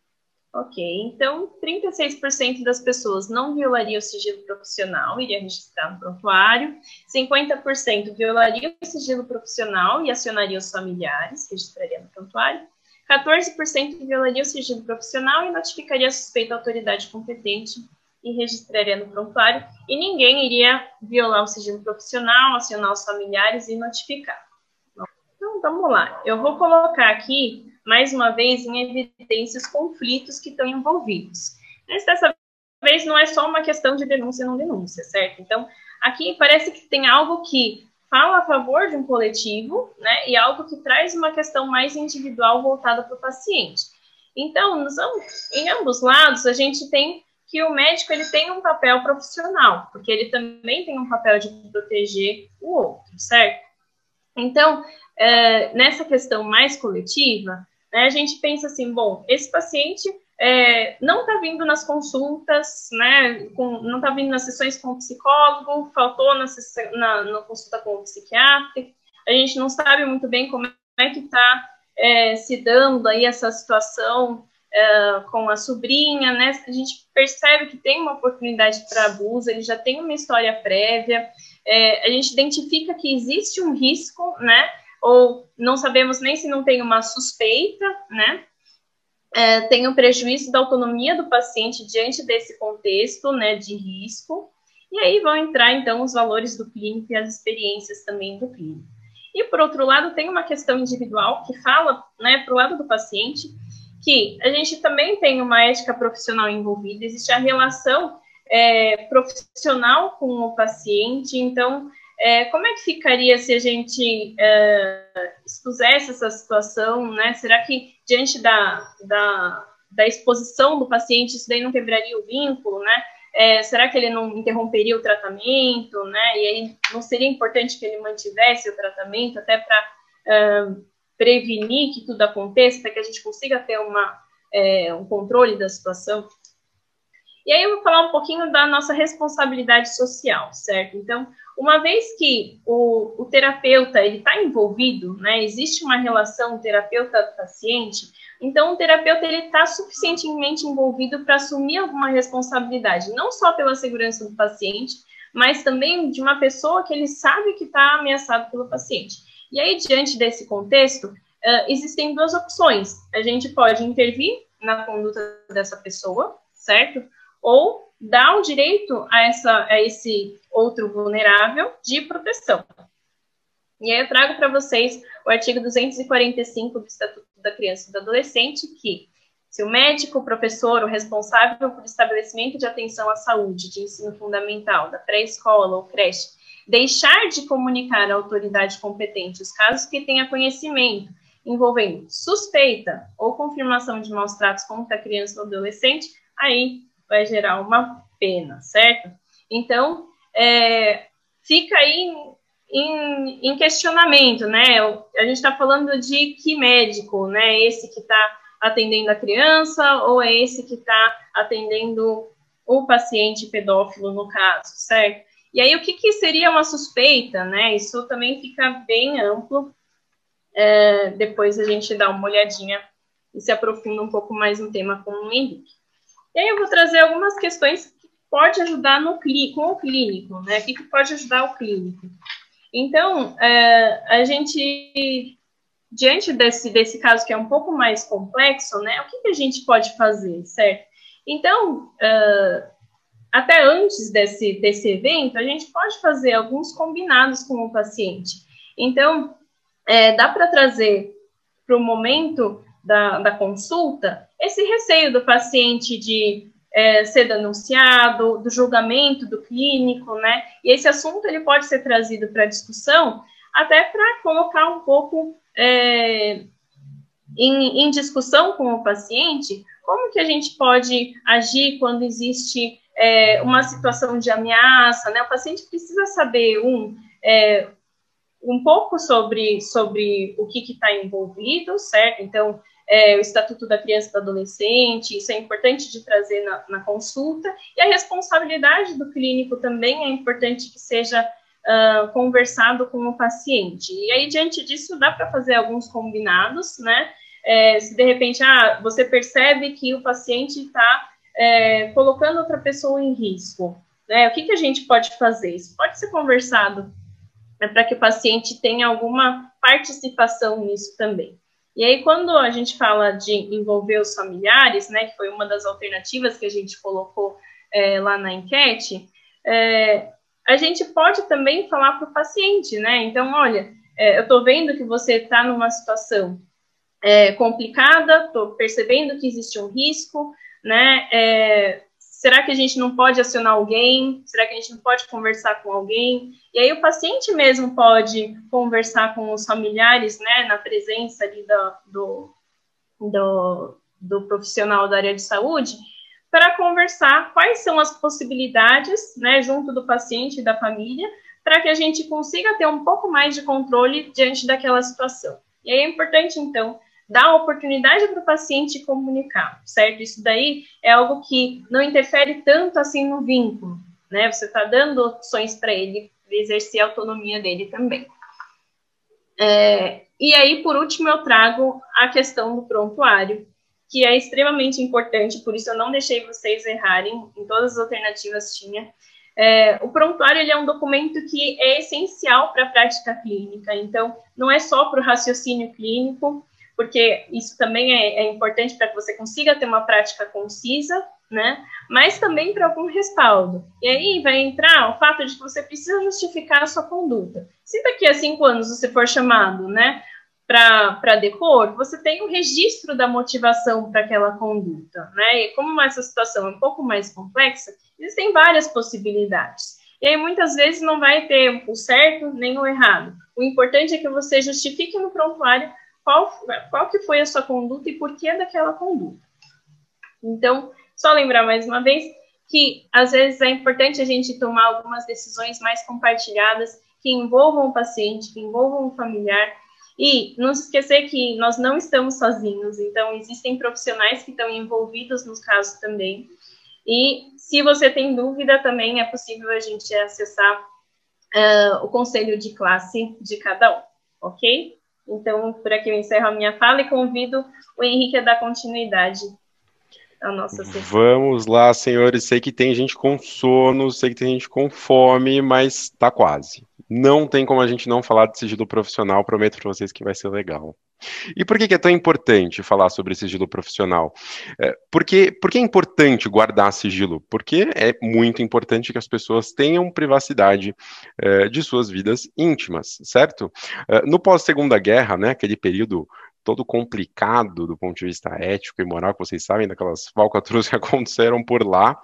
S9: Ok, então trinta e seis por cento das pessoas não violariam o sigilo profissional, iria registrar no prontuário, cinquenta por cento violariam o sigilo profissional e acionariam os familiares, registraria no prontuário, quatorze por cento violaria o sigilo profissional e notificaria a suspeita à autoridade competente e registraria no prontuário, e ninguém iria violar o sigilo profissional, acionar os familiares e notificar. Então, vamos lá. Eu vou colocar aqui, mais uma vez, em evidência os conflitos que estão envolvidos. Mas dessa vez não é só uma questão de denúncia ou não denúncia, certo? Então, aqui parece que tem algo que fala a favor de um coletivo, né, e algo que traz uma questão mais individual voltada para o paciente. Então, nos, em ambos lados, a gente tem que o médico ele tem um papel profissional, porque ele também tem um papel de proteger o outro, certo? Então, é, nessa questão mais coletiva, né, a gente pensa assim, bom, esse paciente é, não está vindo nas consultas, né, com, não está vindo nas sessões com o psicólogo, faltou na, na, na consulta com o psiquiatra, a gente não sabe muito bem como é que está é, se dando aí essa situação é, com a sobrinha, né, a gente percebe que tem uma oportunidade para abuso, ele já tem uma história prévia, é, a gente identifica que existe um risco, né, ou não sabemos nem se não tem uma suspeita, né, é, tem um prejuízo da autonomia do paciente diante desse contexto, né, de risco, e aí vão entrar, então, os valores do clínico e as experiências também do clínico. E, por outro lado, tem uma questão individual que fala, né, para o lado do paciente, que a gente também tem uma ética profissional envolvida, existe a relação é, profissional com o paciente, então, é, como é que ficaria se a gente é, expusesse essa situação, né? Será que diante da, da, da exposição do paciente, isso daí não quebraria o vínculo, né? É, será que ele não interromperia o tratamento, né? E aí não seria importante que ele mantivesse o tratamento até para uh, prevenir que tudo aconteça, para que a gente consiga ter uma, é, um controle da situação? E aí eu vou falar um pouquinho da nossa responsabilidade social, certo? Então, uma vez que o, o terapeuta ele está envolvido, né? Existe uma relação terapeuta-paciente, então o terapeuta ele está suficientemente envolvido para assumir alguma responsabilidade, não só pela segurança do paciente, mas também de uma pessoa que ele sabe que está ameaçado pelo paciente. E aí, diante desse contexto, uh, existem duas opções. A gente pode intervir na conduta dessa pessoa, certo? Ou dar o direito a, essa, a esse outro vulnerável de proteção. E aí eu trago para vocês o artigo duzentos e quarenta e cinco do Estatuto da Criança e do Adolescente, que se o médico, o professor, o responsável por estabelecimento de atenção à saúde de ensino fundamental, da pré-escola ou creche, deixar de comunicar à autoridade competente os casos que tenha conhecimento envolvendo suspeita ou confirmação de maus tratos contra a criança ou adolescente, aí vai gerar uma pena, certo? Então, é, fica aí em, em questionamento, né? A gente está falando de que médico, né? Esse que está atendendo a criança ou é esse que está atendendo o paciente pedófilo, no caso, certo? E aí, o que, que seria uma suspeita, né? Isso também fica bem amplo. É, depois a gente dá uma olhadinha e se aprofunda um pouco mais no tema com o Henrique. E aí eu vou trazer algumas questões que pode ajudar no, com o clínico, né? O que, que pode ajudar o clínico? Então, é, a gente, diante desse, desse caso que é um pouco mais complexo, né? O que, que a gente pode fazer, certo? Então, uh, até antes desse, desse evento, a gente pode fazer alguns combinados com o paciente. Então, é, dá para trazer para o momento da, da consulta esse receio do paciente de é, ser denunciado, do julgamento do clínico, né? E esse assunto ele pode ser trazido para discussão até para colocar um pouco é, em, em discussão com o paciente como que a gente pode agir quando existe é, uma situação de ameaça, né? O paciente precisa saber, um, é, um pouco sobre, sobre o que está envolvido, certo? Então, é, o Estatuto da Criança e do Adolescente, isso é importante de trazer na, na consulta, e a responsabilidade do clínico também é importante que seja uh, conversado com o paciente. E aí, diante disso, dá para fazer alguns combinados, né? É, se de repente, ah, você percebe que o paciente está é, colocando outra pessoa em risco, né? O que, que a gente pode fazer? Isso pode ser conversado, né, para que o paciente tenha alguma participação nisso também. E aí, quando a gente fala de envolver os familiares, né, que foi uma das alternativas que a gente colocou é, lá na enquete, é, a gente pode também falar para o paciente, né? Então, olha, é, eu estou vendo que você está numa situação é, complicada, estou percebendo que existe um risco, né? É, Será que a gente não pode acionar alguém? Será que a gente não pode conversar com alguém? E aí o paciente mesmo pode conversar com os familiares, né, na presença ali do, do, do, do profissional da área de saúde, para conversar quais são as possibilidades, né, junto do paciente e da família, para que a gente consiga ter um pouco mais de controle diante daquela situação. E aí é importante, então, dar a oportunidade para o paciente comunicar, certo? Isso daí é algo que não interfere tanto assim no vínculo, né? Você está dando opções para ele exercer a autonomia dele também. É, e aí, por último, eu trago a questão do prontuário, que é extremamente importante, por isso eu não deixei vocês errarem, em todas as alternativas tinha. É, o prontuário ele é um documento que é essencial para a prática clínica, então não é só para o raciocínio clínico, porque isso também é, é importante para que você consiga ter uma prática concisa, né? Mas também para algum respaldo. E aí vai entrar o fato de que você precisa justificar a sua conduta. Se daqui a cinco anos você for chamado, né, para depor, você tem um registro da motivação para aquela conduta, né? E como essa situação é um pouco mais complexa, existem várias possibilidades. E aí muitas vezes não vai ter o certo nem o errado. O importante é que você justifique no prontuário Qual, qual que foi a sua conduta e por que daquela conduta. Então, só lembrar mais uma vez que, às vezes, é importante a gente tomar algumas decisões mais compartilhadas que envolvam o paciente, que envolvam o familiar, e não se esquecer que nós não estamos sozinhos, então existem profissionais que estão envolvidos nos casos também, e se você tem dúvida também é possível a gente acessar uh, o conselho de classe de cada um, ok? Então, por aqui eu encerro a minha fala e convido o Henrique a dar continuidade à nossa sessão.
S8: Vamos lá, senhores. Sei que tem gente com sono, sei que tem gente com fome, mas tá quase. Não tem como a gente não falar de sigilo profissional, prometo para vocês que vai ser legal. E por que, que é tão importante falar sobre sigilo profissional? É, porque, porque é importante guardar sigilo? Porque é muito importante que as pessoas tenham privacidade é, de suas vidas íntimas, certo? É, no pós-segunda guerra, né, aquele período todo complicado do ponto de vista ético e moral, que vocês sabem, daquelas falcatruas que aconteceram por lá,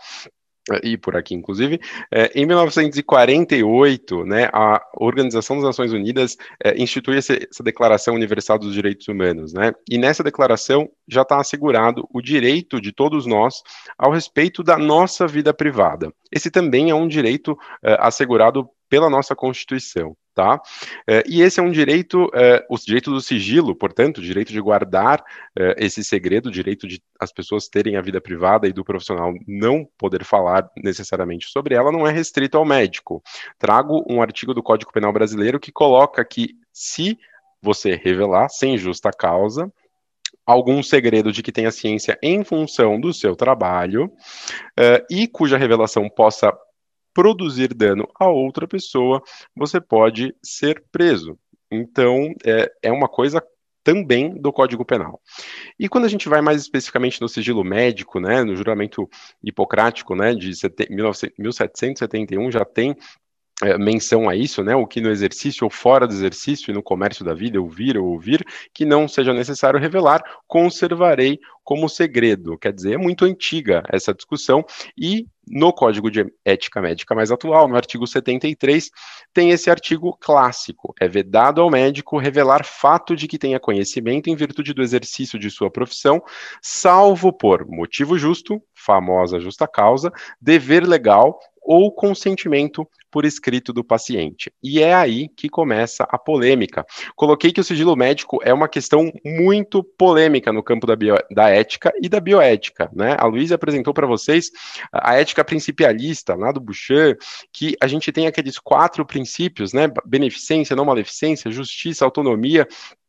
S8: e por aqui, inclusive, é, em mil novecentos e quarenta e oito, né, a Organização das Nações Unidas é, institui essa, essa Declaração Universal dos Direitos Humanos, né, e nessa declaração já está assegurado o direito de todos nós ao respeito da nossa vida privada. Esse também é um direito é, assegurado pela nossa Constituição, tá? É, e esse é um direito, é, o direito do sigilo, portanto, o direito de guardar é, esse segredo, o direito de as pessoas terem a vida privada e do profissional não poder falar necessariamente sobre ela, não é restrito ao médico. Trago um artigo do Código Penal Brasileiro que coloca que se você revelar, sem justa causa, algum segredo de que tenha ciência em função do seu trabalho, uh, e cuja revelação possa produzir dano a outra pessoa, você pode ser preso. Então, é, é uma coisa também do Código Penal. E quando a gente vai mais especificamente no sigilo médico, né, no juramento hipocrático, né, de mil setecentos e setenta e um, já tem É, menção a isso, né, o que no exercício ou fora do exercício e no comércio da vida, ouvir ou ouvir, que não seja necessário revelar, conservarei como segredo. Quer dizer, é muito antiga essa discussão e no Código de Ética Médica mais atual, no artigo setenta e três, tem esse artigo clássico. É vedado ao médico revelar fato de que tenha conhecimento em virtude do exercício de sua profissão, salvo por motivo justo, famosa justa causa, dever legal ou consentimento por escrito do paciente. E é aí que começa a polêmica. Coloquei que o sigilo médico é uma questão muito polêmica no campo da, bio, da ética e da bioética, né? A Luísa apresentou para vocês a ética principialista, lá do Bouchard, que a gente tem aqueles quatro princípios, né? Beneficência, não maleficência, justiça, autonomia,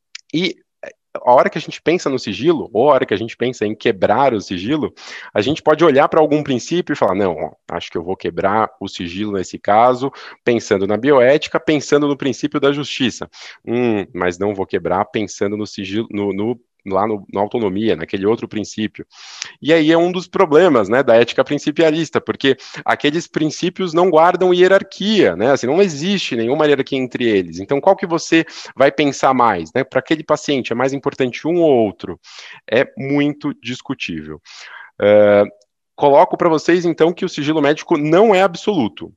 S8: e a hora que a gente pensa no sigilo, ou a hora que a gente pensa em quebrar o sigilo, a gente pode olhar para algum princípio e falar, não, ó, acho que eu vou quebrar o sigilo nesse caso, pensando na bioética, pensando no princípio da justiça. Hum, mas não vou quebrar pensando no sigilo, no, no lá no, na autonomia, naquele outro princípio. E aí é um dos problemas, né, da ética principialista, porque aqueles princípios não guardam hierarquia, né, assim, não existe nenhuma hierarquia entre eles. Então, qual que você vai pensar mais, né? Para aquele paciente, é mais importante um ou outro? É muito discutível. Uh, coloco para vocês, então, que o sigilo médico não é absoluto.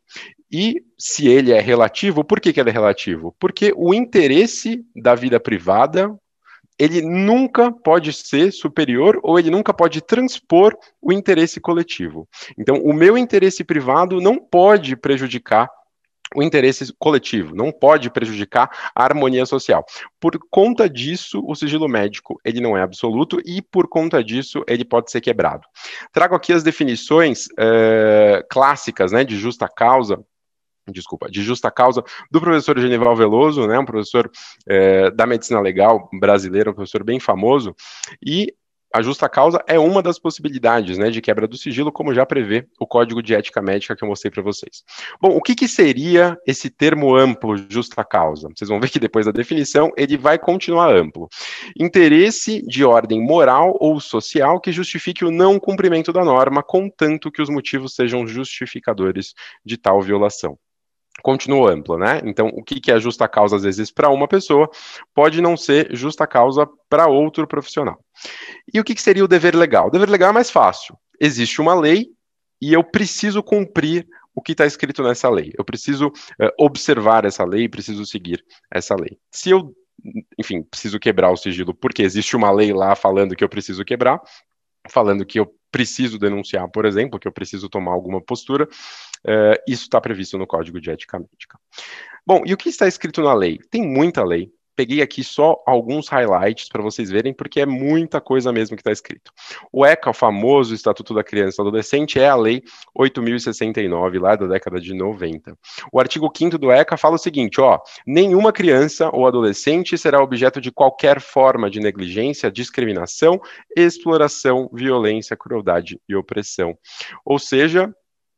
S8: E se ele é relativo, por que que ele é relativo? Porque o interesse da vida privada, ele nunca pode ser superior ou ele nunca pode transpor o interesse coletivo. Então, o meu interesse privado não pode prejudicar o interesse coletivo, não pode prejudicar a harmonia social. Por conta disso, o sigilo médico ele não é absoluto e, por conta disso, ele pode ser quebrado. Trago aqui as definições uh, clássicas, né, de justa causa, desculpa, de justa causa, do professor Genival Veloso, né, um professor uh, da medicina legal brasileira, um professor bem famoso, e a justa causa é uma das possibilidades, né, de quebra do sigilo, como já prevê o Código de Ética Médica que eu mostrei para vocês. Bom, o que, que seria esse termo amplo, justa causa? Vocês vão ver que depois da definição, ele vai continuar amplo. Interesse de ordem moral ou social que justifique o não cumprimento da norma, contanto que os motivos sejam justificadores de tal violação. Continua ampla, né? Então, o que, que é justa causa, às vezes, para uma pessoa, pode não ser justa causa para outro profissional. E o que, que seria o dever legal? O dever legal é mais fácil. Existe uma lei e eu preciso cumprir o que está escrito nessa lei. Eu preciso uh, observar essa lei, preciso seguir essa lei. Se eu, enfim, preciso quebrar o sigilo porque existe uma lei lá falando que eu preciso quebrar, falando que eu preciso denunciar, por exemplo, que eu preciso tomar alguma postura, uh, isso está previsto no Código de Ética Médica. Bom, e o que está escrito na lei? Tem muita lei. Peguei aqui só alguns highlights para vocês verem, porque é muita coisa mesmo que está escrito. O ECA, o famoso Estatuto da Criança e do Adolescente, é a Lei oito mil e sessenta e nove, lá da década de noventa. O artigo quinto do ECA fala o seguinte, ó, nenhuma criança ou adolescente será objeto de qualquer forma de negligência, discriminação, exploração, violência, crueldade e opressão. Ou seja,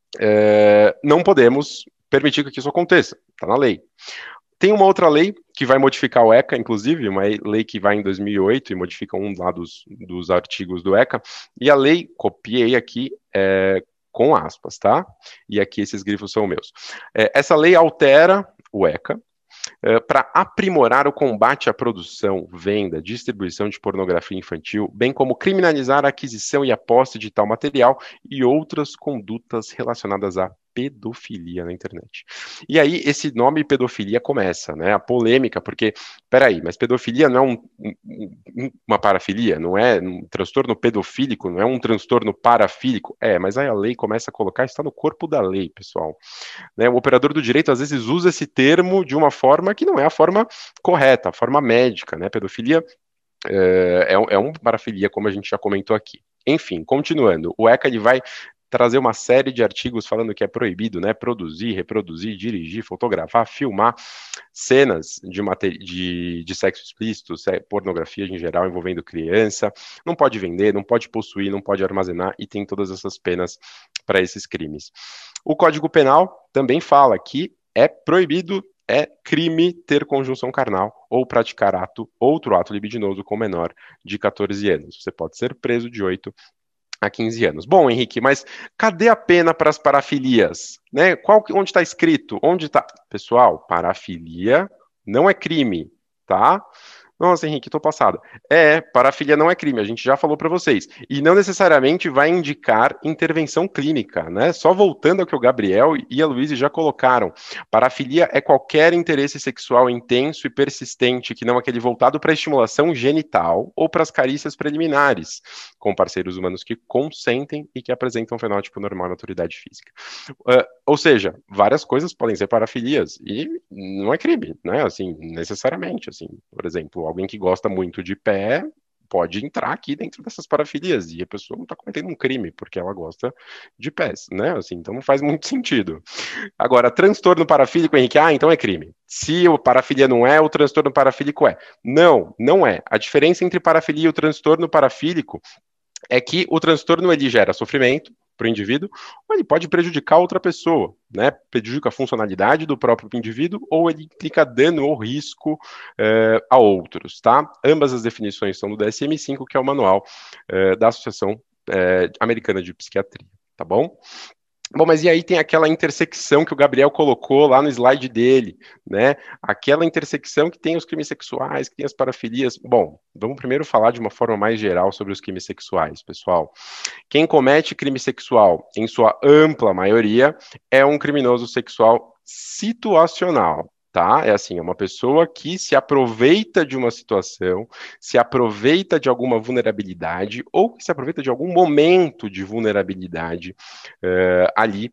S8: é, não podemos permitir que isso aconteça, está na lei. Tem uma outra lei que vai modificar o ECA, inclusive, uma lei que vai em dois mil e oito e modifica um lá dos, dos artigos do ECA, e a lei, copiei aqui, é, com aspas, tá? E aqui esses grifos são meus. É, essa lei altera o ECA é, para aprimorar o combate à produção, venda, distribuição de pornografia infantil, bem como criminalizar a aquisição e a posse de tal material e outras condutas relacionadas à pedofilia na internet. E aí, esse nome pedofilia começa, né, a polêmica, porque, peraí, mas pedofilia não é um, um, uma parafilia, não é um transtorno pedofílico, não é um transtorno parafílico? É, mas aí a lei começa a colocar, está no corpo da lei, pessoal. Né, o operador do direito, às vezes, usa esse termo de uma forma que não é a forma correta, a forma médica, né, pedofilia é, é uma parafilia, como a gente já comentou aqui. Enfim, continuando, o ECA, ele vai trazer uma série de artigos falando que é proibido, né, produzir, reproduzir, dirigir, fotografar, filmar cenas de, de, de sexo explícito, pornografia em geral envolvendo criança, não pode vender, não pode possuir, não pode armazenar e tem todas essas penas para esses crimes. O Código Penal também fala que é proibido, é crime ter conjunção carnal ou praticar ato, outro ato libidinoso com menor de catorze anos. Você pode ser preso de oito a quinze anos. Bom, Henrique, mas cadê a pena para as parafilias? Né? Qual, onde está escrito? Onde está? Pessoal, parafilia não é crime, tá? Nossa, Henrique, tô passado. É, parafilia não é crime, a gente já falou para vocês. E não necessariamente vai indicar intervenção clínica, né? Só voltando ao que o Gabriel e a Luísa já colocaram. Parafilia é qualquer interesse sexual intenso e persistente, que não aquele voltado para a estimulação genital ou para as carícias preliminares, com parceiros humanos que consentem e que apresentam um fenótipo normal na autoridade física. Uh, ou seja, várias coisas podem ser parafilias e não é crime, né? Assim, necessariamente, assim, por exemplo, alguém que gosta muito de pé pode entrar aqui dentro dessas parafilias e a pessoa não está cometendo um crime porque ela gosta de pés, né? Assim, então não faz muito sentido. Agora, transtorno parafílico, Henrique, ah, então é crime. Se o parafilia não é, o transtorno parafílico é. Não, não é. A diferença entre parafilia e o transtorno parafílico é que o transtorno ele gera sofrimento para o indivíduo, ou ele pode prejudicar outra pessoa, né? Prejudica a funcionalidade do próprio indivíduo, ou ele implica dano ou risco eh, a outros, tá? Ambas as definições são do D S M cinco, que é o manual eh, da Associação eh, Americana de Psiquiatria, tá bom? Bom, mas e aí tem aquela intersecção que o Gabriel colocou lá no slide dele, né? Aquela intersecção que tem os crimes sexuais, que tem as parafilias. Bom, vamos primeiro falar de uma forma mais geral sobre os crimes sexuais, pessoal. Quem comete crime sexual, em sua ampla maioria, é um criminoso sexual situacional. Tá? É assim, é uma pessoa que se aproveita de uma situação, se aproveita de alguma vulnerabilidade ou que se aproveita de algum momento de vulnerabilidade uh, ali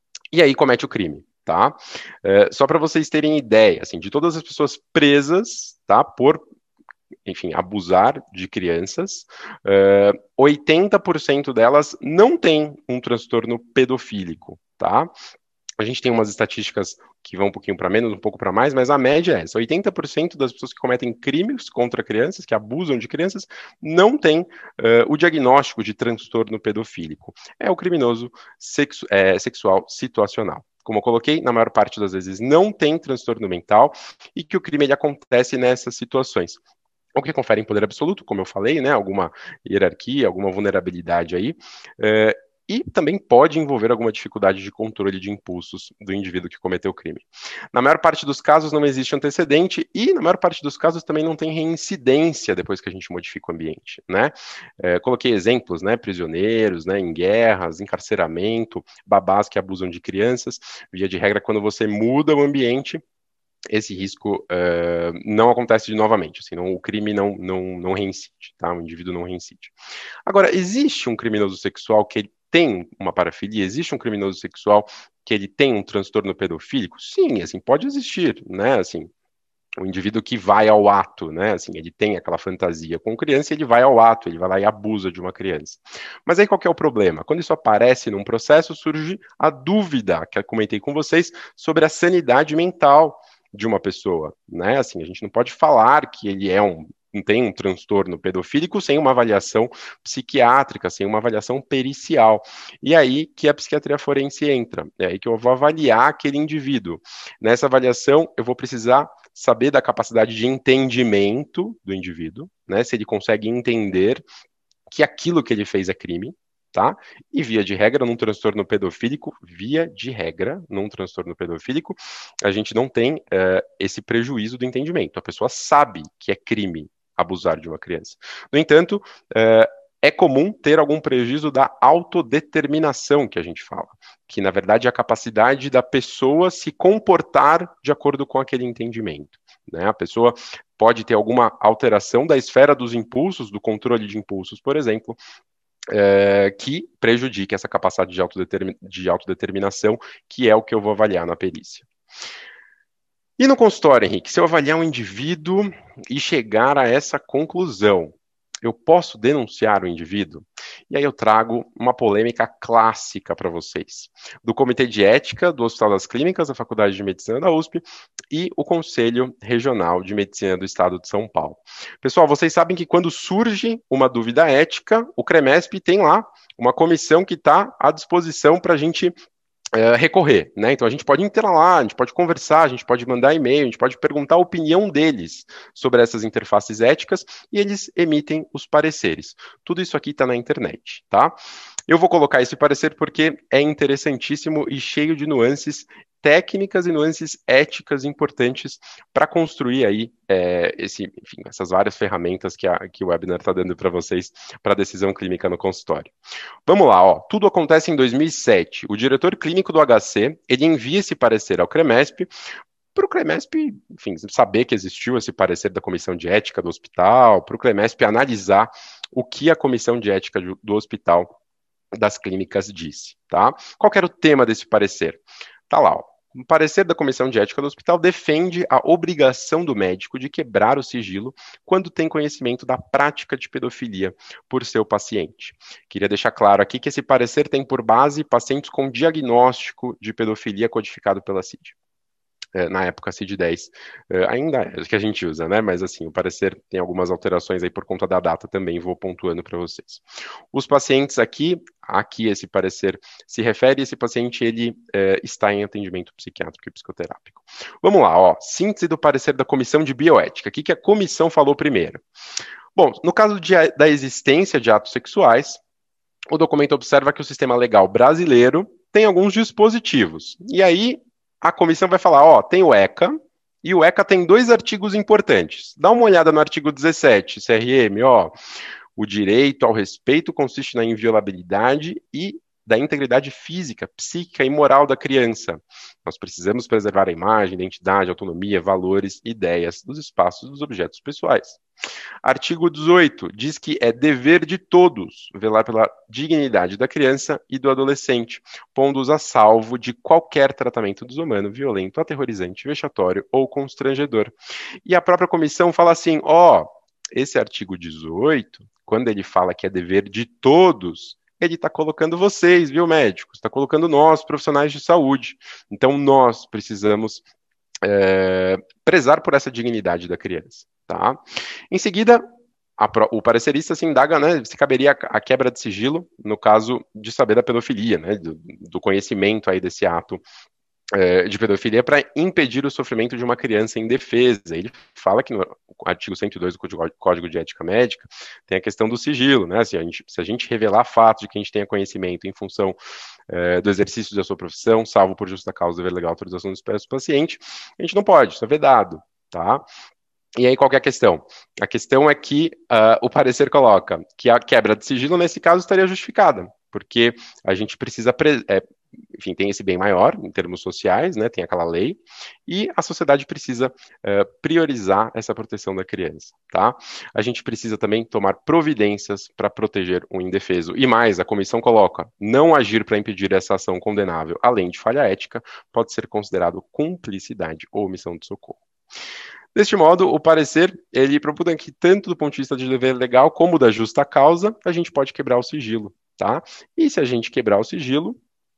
S8: e aí comete o crime, tá? Uh, só para vocês terem ideia, assim, de todas as pessoas presas, tá, por, enfim, abusar de crianças, uh, oitenta por cento delas não tem um transtorno pedofílico, tá? A gente tem umas estatísticas que vão um pouquinho para menos, um pouco para mais, mas a média é essa. oitenta por cento das pessoas que cometem crimes contra crianças, que abusam de crianças, não tem uh, o diagnóstico de transtorno pedofílico. É o criminoso sexu é, sexual situacional. Como eu coloquei, na maior parte das vezes não tem transtorno mental e que o crime ele acontece nessas situações. O que confere em poder absoluto, como eu falei, né, alguma hierarquia, alguma vulnerabilidade aí, uh, e também pode envolver alguma dificuldade de controle de impulsos do indivíduo que cometeu o crime. Na maior parte dos casos não existe antecedente e na maior parte dos casos também não tem reincidência depois que a gente modifica o ambiente, né? É, coloquei exemplos, né? Prisioneiros, né? Em guerras, encarceramento, babás que abusam de crianças. Via de regra, quando você muda o ambiente, esse risco uh, não acontece de novamente, assim, não, o crime não, não, não reincide, tá? O indivíduo não reincide. Agora, existe um criminoso sexual que ele tem uma parafilia? Existe um criminoso sexual que ele tem um transtorno pedofílico? Sim, assim, pode existir, né, assim, o indivíduo que vai ao ato, né, assim, ele tem aquela fantasia com criança e ele vai ao ato, ele vai lá e abusa de uma criança. Mas aí qual que é o problema? Quando isso aparece num processo, surge a dúvida, que eu comentei com vocês, sobre a sanidade mental de uma pessoa, né, assim, a gente não pode falar que ele é um não tem um transtorno pedofílico sem uma avaliação psiquiátrica, sem uma avaliação pericial. E aí que a psiquiatria forense entra, é aí que eu vou avaliar aquele indivíduo. Nessa avaliação, eu vou precisar saber da capacidade de entendimento do indivíduo, né, se ele consegue entender que aquilo que ele fez é crime, tá? E via de regra, num transtorno pedofílico, via de regra, num transtorno pedofílico, a gente não tem uh, esse prejuízo do entendimento. A pessoa sabe que é crime abusar de uma criança. No entanto, uh, é comum ter algum prejuízo da autodeterminação que a gente fala, que na verdade é a capacidade da pessoa se comportar de acordo com aquele entendimento, né? A pessoa pode ter alguma alteração da esfera dos impulsos, do controle de impulsos, por exemplo, É, que prejudique essa capacidade de, autodetermin de autodeterminação, que é o que eu vou avaliar na perícia. E no consultório, Henrique, se eu avaliar um indivíduo e chegar a essa conclusão, eu posso denunciar o indivíduo? E aí eu trago uma polêmica clássica para vocês, do Comitê de Ética do Hospital das Clínicas da Faculdade de Medicina da U S P e o Conselho Regional de Medicina do Estado de São Paulo. Pessoal, vocês sabem que quando surge uma dúvida ética, o CREMESP tem lá uma comissão que está à disposição para a gente É, recorrer, né? Então a gente pode entrar lá, a gente pode conversar, a gente pode mandar e-mail, a gente pode perguntar a opinião deles sobre essas interfaces éticas e eles emitem os pareceres. Tudo isso aqui está na internet, tá? Eu vou colocar esse parecer porque é interessantíssimo e cheio de nuances técnicas e nuances éticas importantes para construir aí é, esse, enfim, essas várias ferramentas que, a, que o webinar está dando para vocês para decisão clínica no consultório. Vamos lá, ó, tudo acontece em dois mil e sete. O diretor clínico do H C, ele envia esse parecer ao CREMESP, para o CREMESP, enfim, saber que existiu esse parecer da comissão de ética do hospital, para o CREMESP analisar o que a comissão de ética do, do hospital das clínicas disse, tá? Qual que era o tema desse parecer? Tá lá, ó. O parecer da Comissão de Ética do Hospital defende a obrigação do médico de quebrar o sigilo quando tem conhecimento da prática de pedofilia por seu paciente. Queria deixar claro aqui que esse parecer tem por base pacientes com diagnóstico de pedofilia codificado pela C I D. É, na época C I D dez, é, ainda é que a gente usa, né? Mas assim, o parecer tem algumas alterações aí por conta da data também, vou pontuando para vocês. Os pacientes aqui, aqui esse parecer se refere, esse paciente ele é, está em atendimento psiquiátrico e psicoterápico. Vamos lá, ó, síntese do parecer da Comissão de Bioética. O que, que a comissão falou primeiro? Bom, no caso de, da existência de atos sexuais, o documento observa que o sistema legal brasileiro tem alguns dispositivos. E aí, a comissão vai falar, ó, tem o ECA, e o ECA tem dois artigos importantes. Dá uma olhada no artigo dezessete, C R M, ó, o direito ao respeito consiste na inviolabilidade e da integridade física, psíquica e moral da criança. Nós precisamos preservar a imagem, identidade, autonomia, valores, ideias dos espaços dos objetos pessoais. Artigo dezoito diz que é dever de todos velar pela dignidade da criança e do adolescente, pondo-os a salvo de qualquer tratamento desumano, violento, aterrorizante, vexatório ou constrangedor. E a própria comissão fala assim, ó, esse artigo dezoito, quando ele fala que é dever de todos, ele está colocando vocês, viu, médicos? Está colocando nós, profissionais de saúde. Então, nós precisamos é, prezar por essa dignidade da criança, tá? Em seguida, a, o parecerista se indaga, né, se caberia a, a quebra de sigilo, no caso de saber da pedofilia, né, do, do conhecimento aí desse ato de pedofilia para impedir o sofrimento de uma criança indefesa. Ele fala que no artigo cento e dois do Código de Ética Médica tem a questão do sigilo, né? Se a gente, se a gente revelar fatos de que a gente tenha conhecimento em função eh, do exercício da sua profissão, salvo por justa causa, dever legal, autorização do paciente, a gente não pode, isso é vedado, tá? E aí, qual que é a questão? A questão é que uh, o parecer coloca que a quebra de sigilo, nesse caso, estaria justificada, porque a gente precisa... Pre- é, enfim, tem esse bem maior em termos sociais, né, tem aquela lei, e a sociedade precisa uh, priorizar essa proteção da criança, tá? A gente precisa também tomar providências para proteger o indefeso. E mais, a comissão coloca, não agir para impedir essa ação condenável, além de falha ética, pode ser considerado cumplicidade ou omissão de socorro. Deste modo, o parecer, ele propõe que tanto do ponto de vista de dever legal como da justa causa, a gente pode quebrar o sigilo, tá? E se a gente quebrar o sigilo,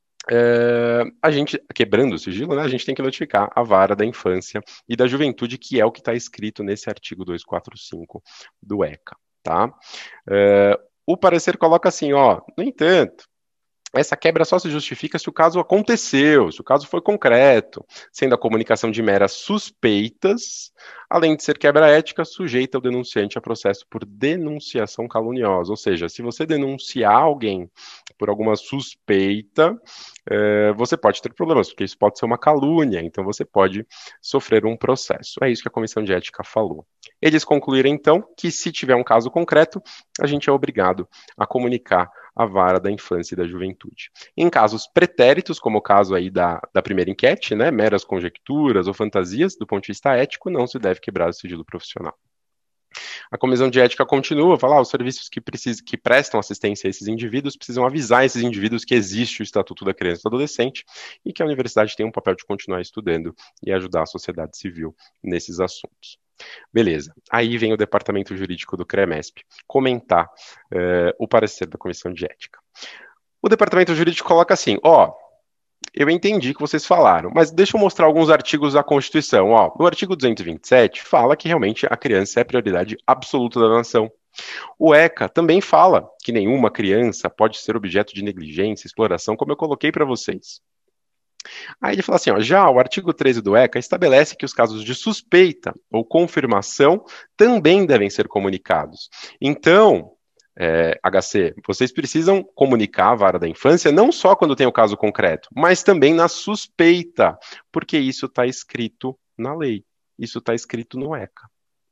S8: É, a gente, quebrando o sigilo, né, a gente tem que notificar a vara da infância e da juventude, que é o que está escrito nesse artigo duzentos e quarenta e cinco do ECA, tá? É, o parecer coloca assim, ó, no entanto, essa quebra só se justifica se o caso aconteceu, se o caso foi concreto, sendo a comunicação de meras suspeitas, além de ser quebra ética, sujeita o denunciante a processo por denunciação caluniosa. Ou seja, se você denunciar alguém por alguma suspeita, eh, você pode ter problemas, porque isso pode ser uma calúnia, então você pode sofrer um processo. É isso que a Comissão de Ética falou. Eles concluíram, então, que se tiver um caso concreto, a gente é obrigado a comunicar a vara da infância e da juventude. Em casos pretéritos, como o caso aí da, da primeira enquete, né, meras conjecturas ou fantasias, do ponto de vista ético, não se deve quebrar o sigilo profissional. A Comissão de Ética continua, fala, ah, os serviços que, precisam, que prestam assistência a esses indivíduos precisam avisar esses indivíduos que existe o Estatuto da Criança e do Adolescente e que a universidade tem um papel de continuar estudando e ajudar a sociedade civil nesses assuntos. Beleza, aí vem o departamento jurídico do CREMESP comentar uh, o parecer da Comissão de Ética. O departamento jurídico coloca assim, ó, eu entendi que vocês falaram, mas deixa eu mostrar alguns artigos da Constituição. Ó, no artigo duzentos e vinte e sete fala que realmente a criança é a prioridade absoluta da nação. O ECA também fala que nenhuma criança pode ser objeto de negligência, exploração, como eu coloquei para vocês. Aí ele fala assim, ó, já o artigo treze do ECA estabelece que os casos de suspeita ou confirmação também devem ser comunicados. Então, é, H C, vocês precisam comunicar a vara da infância não só quando tem o caso concreto, mas também na suspeita, porque isso está escrito na lei, isso está escrito no ECA.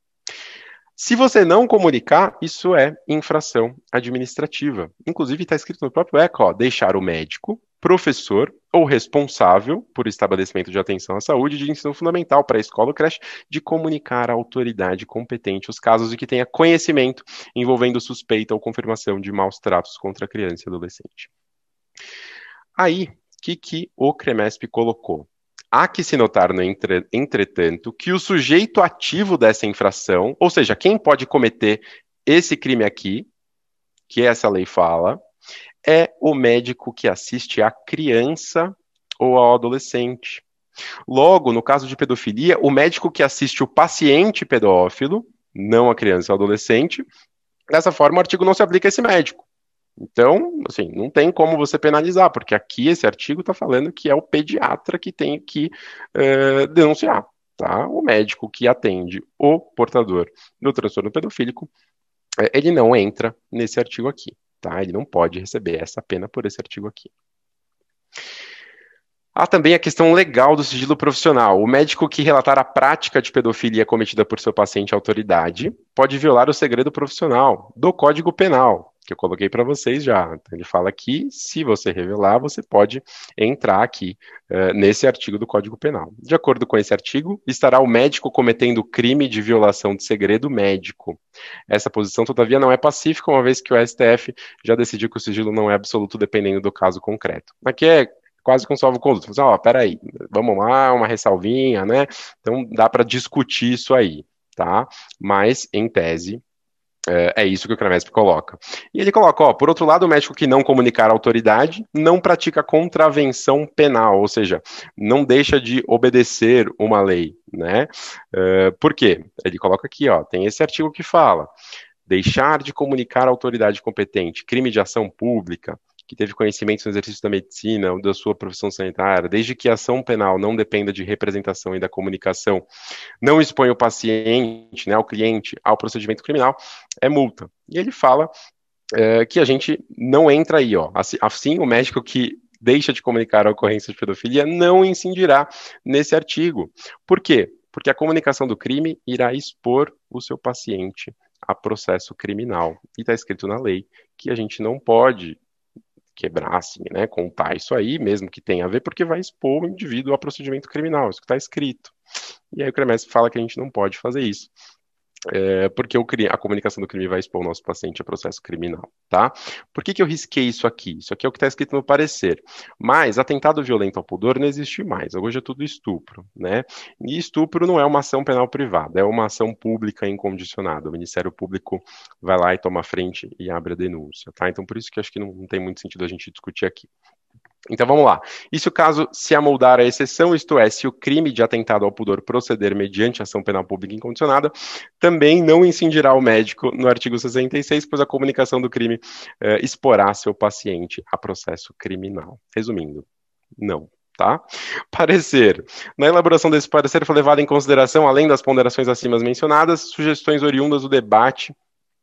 S8: Se você não comunicar, isso é infração administrativa. Inclusive está escrito no próprio ECA, ó, deixar o médico, professor ou responsável por estabelecimento de atenção à saúde de ensino fundamental para a escola ou creche de comunicar à autoridade competente os casos de que tenha conhecimento envolvendo suspeita ou confirmação de maus tratos contra a criança e adolescente. Aí, o que, que o CREMESP colocou? Há que se notar, no entre, entretanto, que o sujeito ativo dessa infração, ou seja, quem pode cometer esse crime aqui, que essa lei fala, é o médico que assiste à criança ou ao adolescente. Logo, no caso de pedofilia, o médico que assiste o paciente pedófilo, não a criança ou adolescente, dessa forma o artigo não se aplica a esse médico. Então, assim, não tem como você penalizar, porque aqui esse artigo está falando que é o pediatra que tem que uh, denunciar, tá? O médico que atende o portador do transtorno pedofílico, ele não entra nesse artigo aqui, tá? Ele não pode receber essa pena por esse artigo aqui. Há também a questão legal do sigilo profissional. O médico que relatar a prática de pedofilia cometida por seu paciente à autoridade pode violar o segredo profissional do Código Penal, que eu coloquei para vocês já. Então, ele fala que, se você revelar, você pode entrar aqui uh, nesse artigo do Código Penal. De acordo com esse artigo, estará o médico cometendo crime de violação de segredo médico. Essa posição, todavia, não é pacífica, uma vez que o S T F já decidiu que o sigilo não é absoluto, dependendo do caso concreto. Aqui é quase com salvo-conduto. Ó, peraí, vamos lá, uma ressalvinha, né? Então, dá para discutir isso aí, tá? Mas, em tese, é, é isso que o CREMESP coloca. E ele coloca, ó, por outro lado, o médico que não comunicar à autoridade não pratica contravenção penal, ou seja, não deixa de obedecer uma lei, né? Uh, por quê? Ele coloca aqui, ó, tem esse artigo que fala, deixar de comunicar à autoridade competente, crime de ação pública, que teve conhecimento no exercício da medicina ou da sua profissão sanitária, desde que a ação penal não dependa de representação e da comunicação, não expõe o paciente, né, o cliente, ao procedimento criminal, é multa. E ele fala é, que a gente não entra aí, ó. Assim, assim, o médico que deixa de comunicar a ocorrência de pedofilia não incidirá nesse artigo. Por quê? Porque a comunicação do crime irá expor o seu paciente a processo criminal. E está escrito na lei que a gente não pode quebrar, assim, né, contar isso aí, mesmo que tenha a ver, porque vai expor o indivíduo a procedimento criminal, isso que está escrito. E aí o CREMESP fala que a gente não pode fazer isso, é, porque o, a comunicação do crime vai expor o nosso paciente a processo criminal, tá? Por que que eu risquei isso aqui? Isso aqui é o que está escrito no parecer. Mas atentado violento ao pudor não existe mais, hoje é tudo estupro, né? E estupro não é uma ação penal privada, é uma ação pública incondicionada. O Ministério Público vai lá e toma a frente e abre a denúncia, tá? Então por isso que eu acho que não, não tem muito sentido a gente discutir aqui. Então vamos lá. E se o caso se amoldar à exceção, isto é, se o crime de atentado ao pudor proceder mediante ação penal pública incondicionada, também não incidirá o médico no artigo sessenta e seis, pois a comunicação do crime eh, exporá seu paciente a processo criminal. Resumindo, não. Tá? Parecer. Na elaboração desse parecer foi levado em consideração, além das ponderações acima mencionadas, sugestões oriundas do debate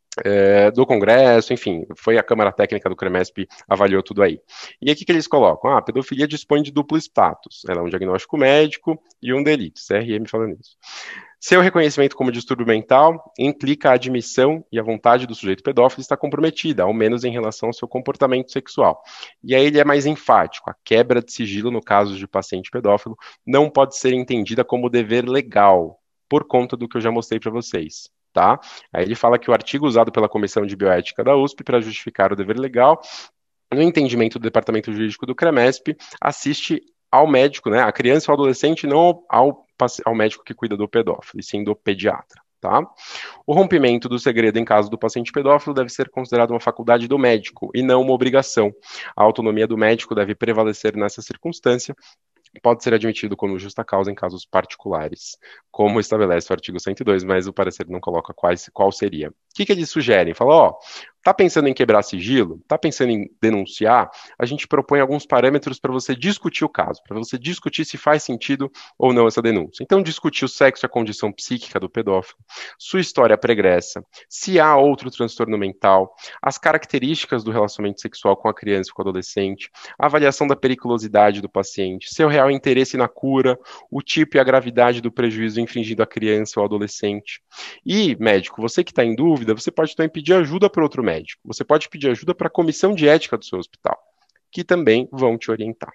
S8: É, do Congresso, enfim, foi a Câmara Técnica do CREMESP, avaliou tudo aí. E aqui que eles colocam, ah, a pedofilia dispõe de duplo status, ela é um diagnóstico médico e um delito, C R M falando isso. Seu reconhecimento como distúrbio mental implica a admissão e a vontade do sujeito pedófilo está comprometida, ao menos em relação ao seu comportamento sexual. E aí ele é mais enfático, a quebra de sigilo no caso de paciente pedófilo não pode ser entendida como dever legal, por conta do que eu já mostrei para vocês. Tá? Aí ele fala que o artigo usado pela Comissão de Bioética da U S P para justificar o dever legal, no entendimento do Departamento Jurídico do CREMESP, assiste ao médico, né, a criança ou ao adolescente, não ao, ao médico que cuida do pedófilo, e sim do pediatra. Tá? O rompimento do segredo em caso do paciente pedófilo deve ser considerado uma faculdade do médico e não uma obrigação. A autonomia do médico deve prevalecer nessa circunstância, pode ser admitido como justa causa em casos particulares, como estabelece o artigo cento e dois, mas o parecer não coloca quais, qual seria. O que, que eles sugerem? Fala, ó, tá pensando em quebrar sigilo? Tá pensando em denunciar? A gente propõe alguns parâmetros para você discutir o caso, para você discutir se faz sentido ou não essa denúncia. Então, discutir o sexo e a condição psíquica do pedófilo, sua história pregressa, se há outro transtorno mental, as características do relacionamento sexual com a criança e com o adolescente, a avaliação da periculosidade do paciente, seu real interesse na cura, o tipo e a gravidade do prejuízo infligido à criança ou ao adolescente. E, médico, você que está em dúvida, você pode também pedir ajuda para outro médico. Você pode pedir ajuda para a comissão de ética do seu hospital, que também vão te orientar.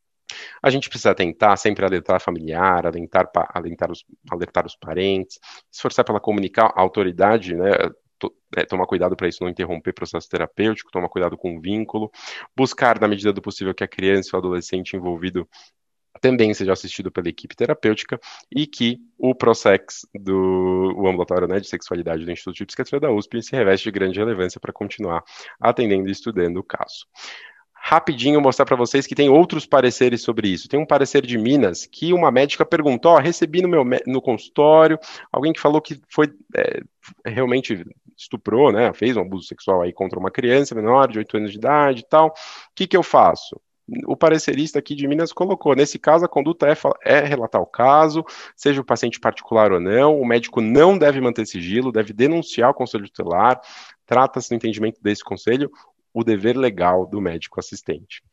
S8: A gente precisa tentar sempre alertar a familiar, alertar, alertar, os, alertar os parentes, esforçar pela comunicar a autoridade, né, É, tomar cuidado para isso não interromper o processo terapêutico, tomar cuidado com o vínculo, buscar, na medida do possível, que a criança ou o adolescente envolvido também seja assistido pela equipe terapêutica e que o Prosex do o ambulatório, né, de sexualidade do Instituto de Psiquiatria da U S P se reveste de grande relevância para continuar atendendo e estudando o caso. Rapidinho mostrar para vocês que tem outros pareceres sobre isso. Tem um parecer de Minas que uma médica perguntou, ó, recebi no meu no consultório, alguém que falou que foi é, realmente estuprou, né, fez um abuso sexual aí contra uma criança menor de oito anos de idade e tal. O que que eu faço? O parecerista aqui de Minas colocou, nesse caso a conduta é, é relatar o caso, seja o paciente particular ou não, o médico não deve manter sigilo, deve denunciar o conselho tutelar, trata-se no entendimento desse conselho, o dever legal do médico assistente.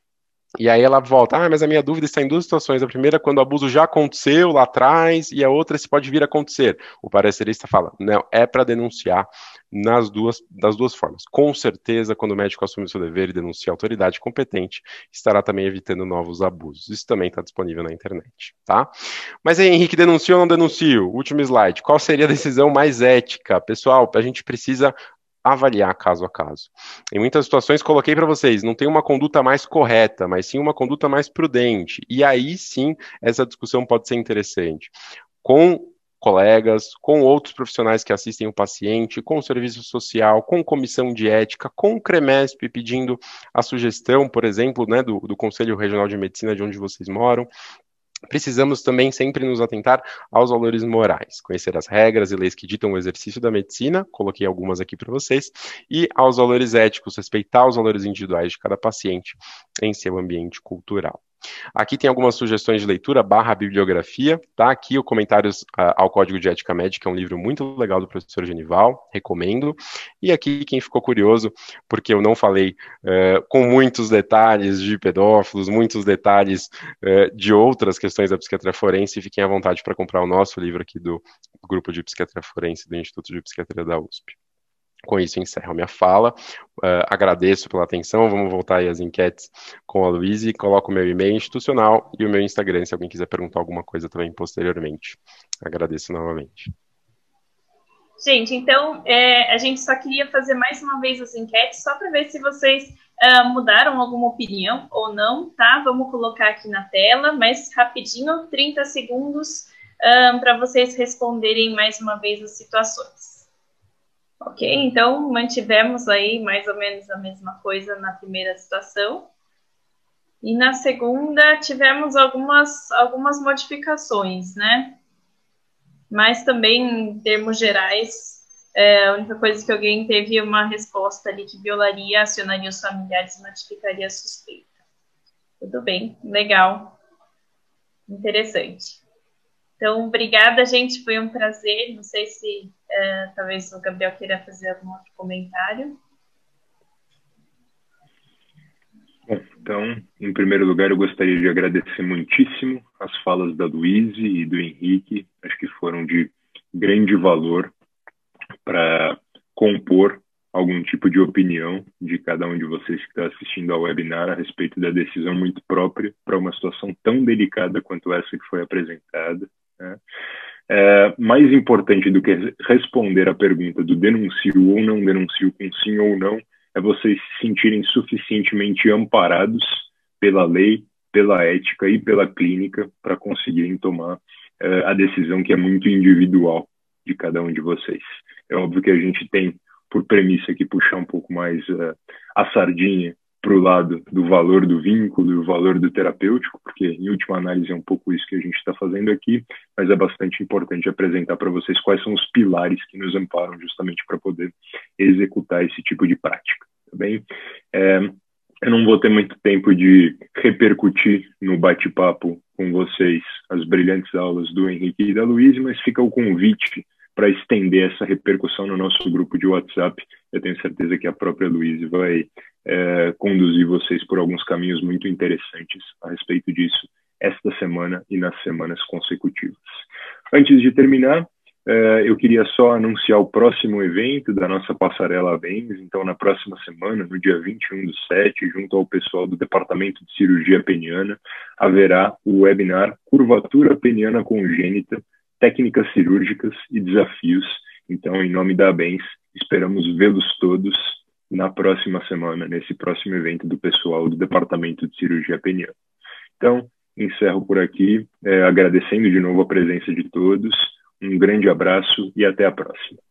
S8: E aí ela volta, ah, mas a minha dúvida está em duas situações. A primeira, quando o abuso já aconteceu lá atrás, e a outra, se pode vir a acontecer. O parecerista fala, não, é para denunciar nas duas, das duas formas. Com certeza, quando o médico assume o seu dever e denuncia a autoridade competente, estará também evitando novos abusos. Isso também está disponível na internet, tá? Mas aí, Henrique, denuncia ou não denuncia? Último slide. Qual seria a decisão mais ética? Pessoal, a gente precisa avaliar caso a caso. Em muitas situações, coloquei para vocês, não tem uma conduta mais correta, mas sim uma conduta mais prudente. E aí sim, essa discussão pode ser interessante. Com colegas, com outros profissionais que assistem o paciente, com o serviço social, com comissão de ética, com o CREMESP pedindo a sugestão, por exemplo, né, do, do Conselho Regional de Medicina de onde vocês moram. Precisamos também sempre nos atentar aos valores morais, conhecer as regras e leis que ditam o exercício da medicina, coloquei algumas aqui para vocês, e aos valores éticos, respeitar os valores individuais de cada paciente em seu ambiente cultural. Aqui tem algumas sugestões de leitura, barra bibliografia, tá? Aqui o Comentários uh, ao Código de Ética Médica, é um livro muito legal do professor Genival, recomendo. E aqui, quem ficou curioso, porque eu não falei uh, com muitos detalhes de pedófilos, muitos detalhes uh, de outras questões da psiquiatria forense, fiquem à vontade para comprar o nosso livro aqui do Grupo de Psiquiatria Forense do Instituto de Psiquiatria da U S P. Com isso, encerro a minha fala. Uh, agradeço pela atenção. Vamos voltar aí às enquetes com a Luísa. Coloco o meu e-mail institucional e o meu Instagram, se alguém quiser perguntar alguma coisa também posteriormente. Agradeço novamente.
S9: Gente, então, é, a gente só queria fazer mais uma vez as enquetes, só para ver se vocês uh, mudaram alguma opinião ou não, tá? Vamos colocar aqui na tela, mas rapidinho, trinta segundos, uh, para vocês responderem mais uma vez as situações. Ok, então mantivemos aí mais ou menos a mesma coisa na primeira situação. E na segunda tivemos algumas, algumas modificações, né? Mas também, em termos gerais, é, a única coisa que alguém teve uma resposta ali que violaria, acionaria os familiares e notificaria a suspeita. Tudo bem, legal. Interessante. Então, obrigada, gente, foi um prazer. Não sei se uh, talvez o Gabriel queira fazer algum outro comentário.
S7: Bom, então, em primeiro lugar, eu gostaria de agradecer muitíssimo as falas da Luísa e do Henrique. Acho que foram de grande valor para compor algum tipo de opinião de cada um de vocês que está assistindo ao webinar a respeito da decisão muito própria para uma situação tão delicada quanto essa que foi apresentada. Né? É, mais importante do que responder a pergunta do denuncio ou não denuncio com sim ou não, é vocês se sentirem suficientemente amparados pela lei, pela ética e pela clínica para conseguirem tomar é, a decisão que é muito individual de cada um de vocês. É óbvio que a gente tem, por premissa aqui, puxar um pouco mais uh, a sardinha para o lado do valor do vínculo e o valor do terapêutico, porque, em última análise, é um pouco isso que a gente está fazendo aqui, mas é bastante importante apresentar para vocês quais são os pilares que nos amparam justamente para poder executar esse tipo de prática, tá bem? É, eu não vou ter muito tempo de repercutir no bate-papo com vocês as brilhantes aulas do Henrique e da Luísa, mas fica o convite para estender essa repercussão no nosso grupo de WhatsApp. Eu tenho certeza que a própria Luísa vai é, conduzir vocês por alguns caminhos muito interessantes a respeito disso esta semana e nas semanas consecutivas. Antes de terminar, é, eu queria só anunciar o próximo evento da nossa Passarela Bens. Então, na próxima semana, no dia vinte e um do sete, junto ao pessoal do Departamento de Cirurgia Peniana, haverá o webinar Curvatura Peniana Congênita, Técnicas Cirúrgicas e Desafios. Então, em nome da Abens, esperamos vê-los todos na próxima semana, nesse próximo evento do pessoal do Departamento de Cirurgia Peniana. Então, encerro por aqui, é, agradecendo de novo a presença de todos. Um grande abraço e até a próxima.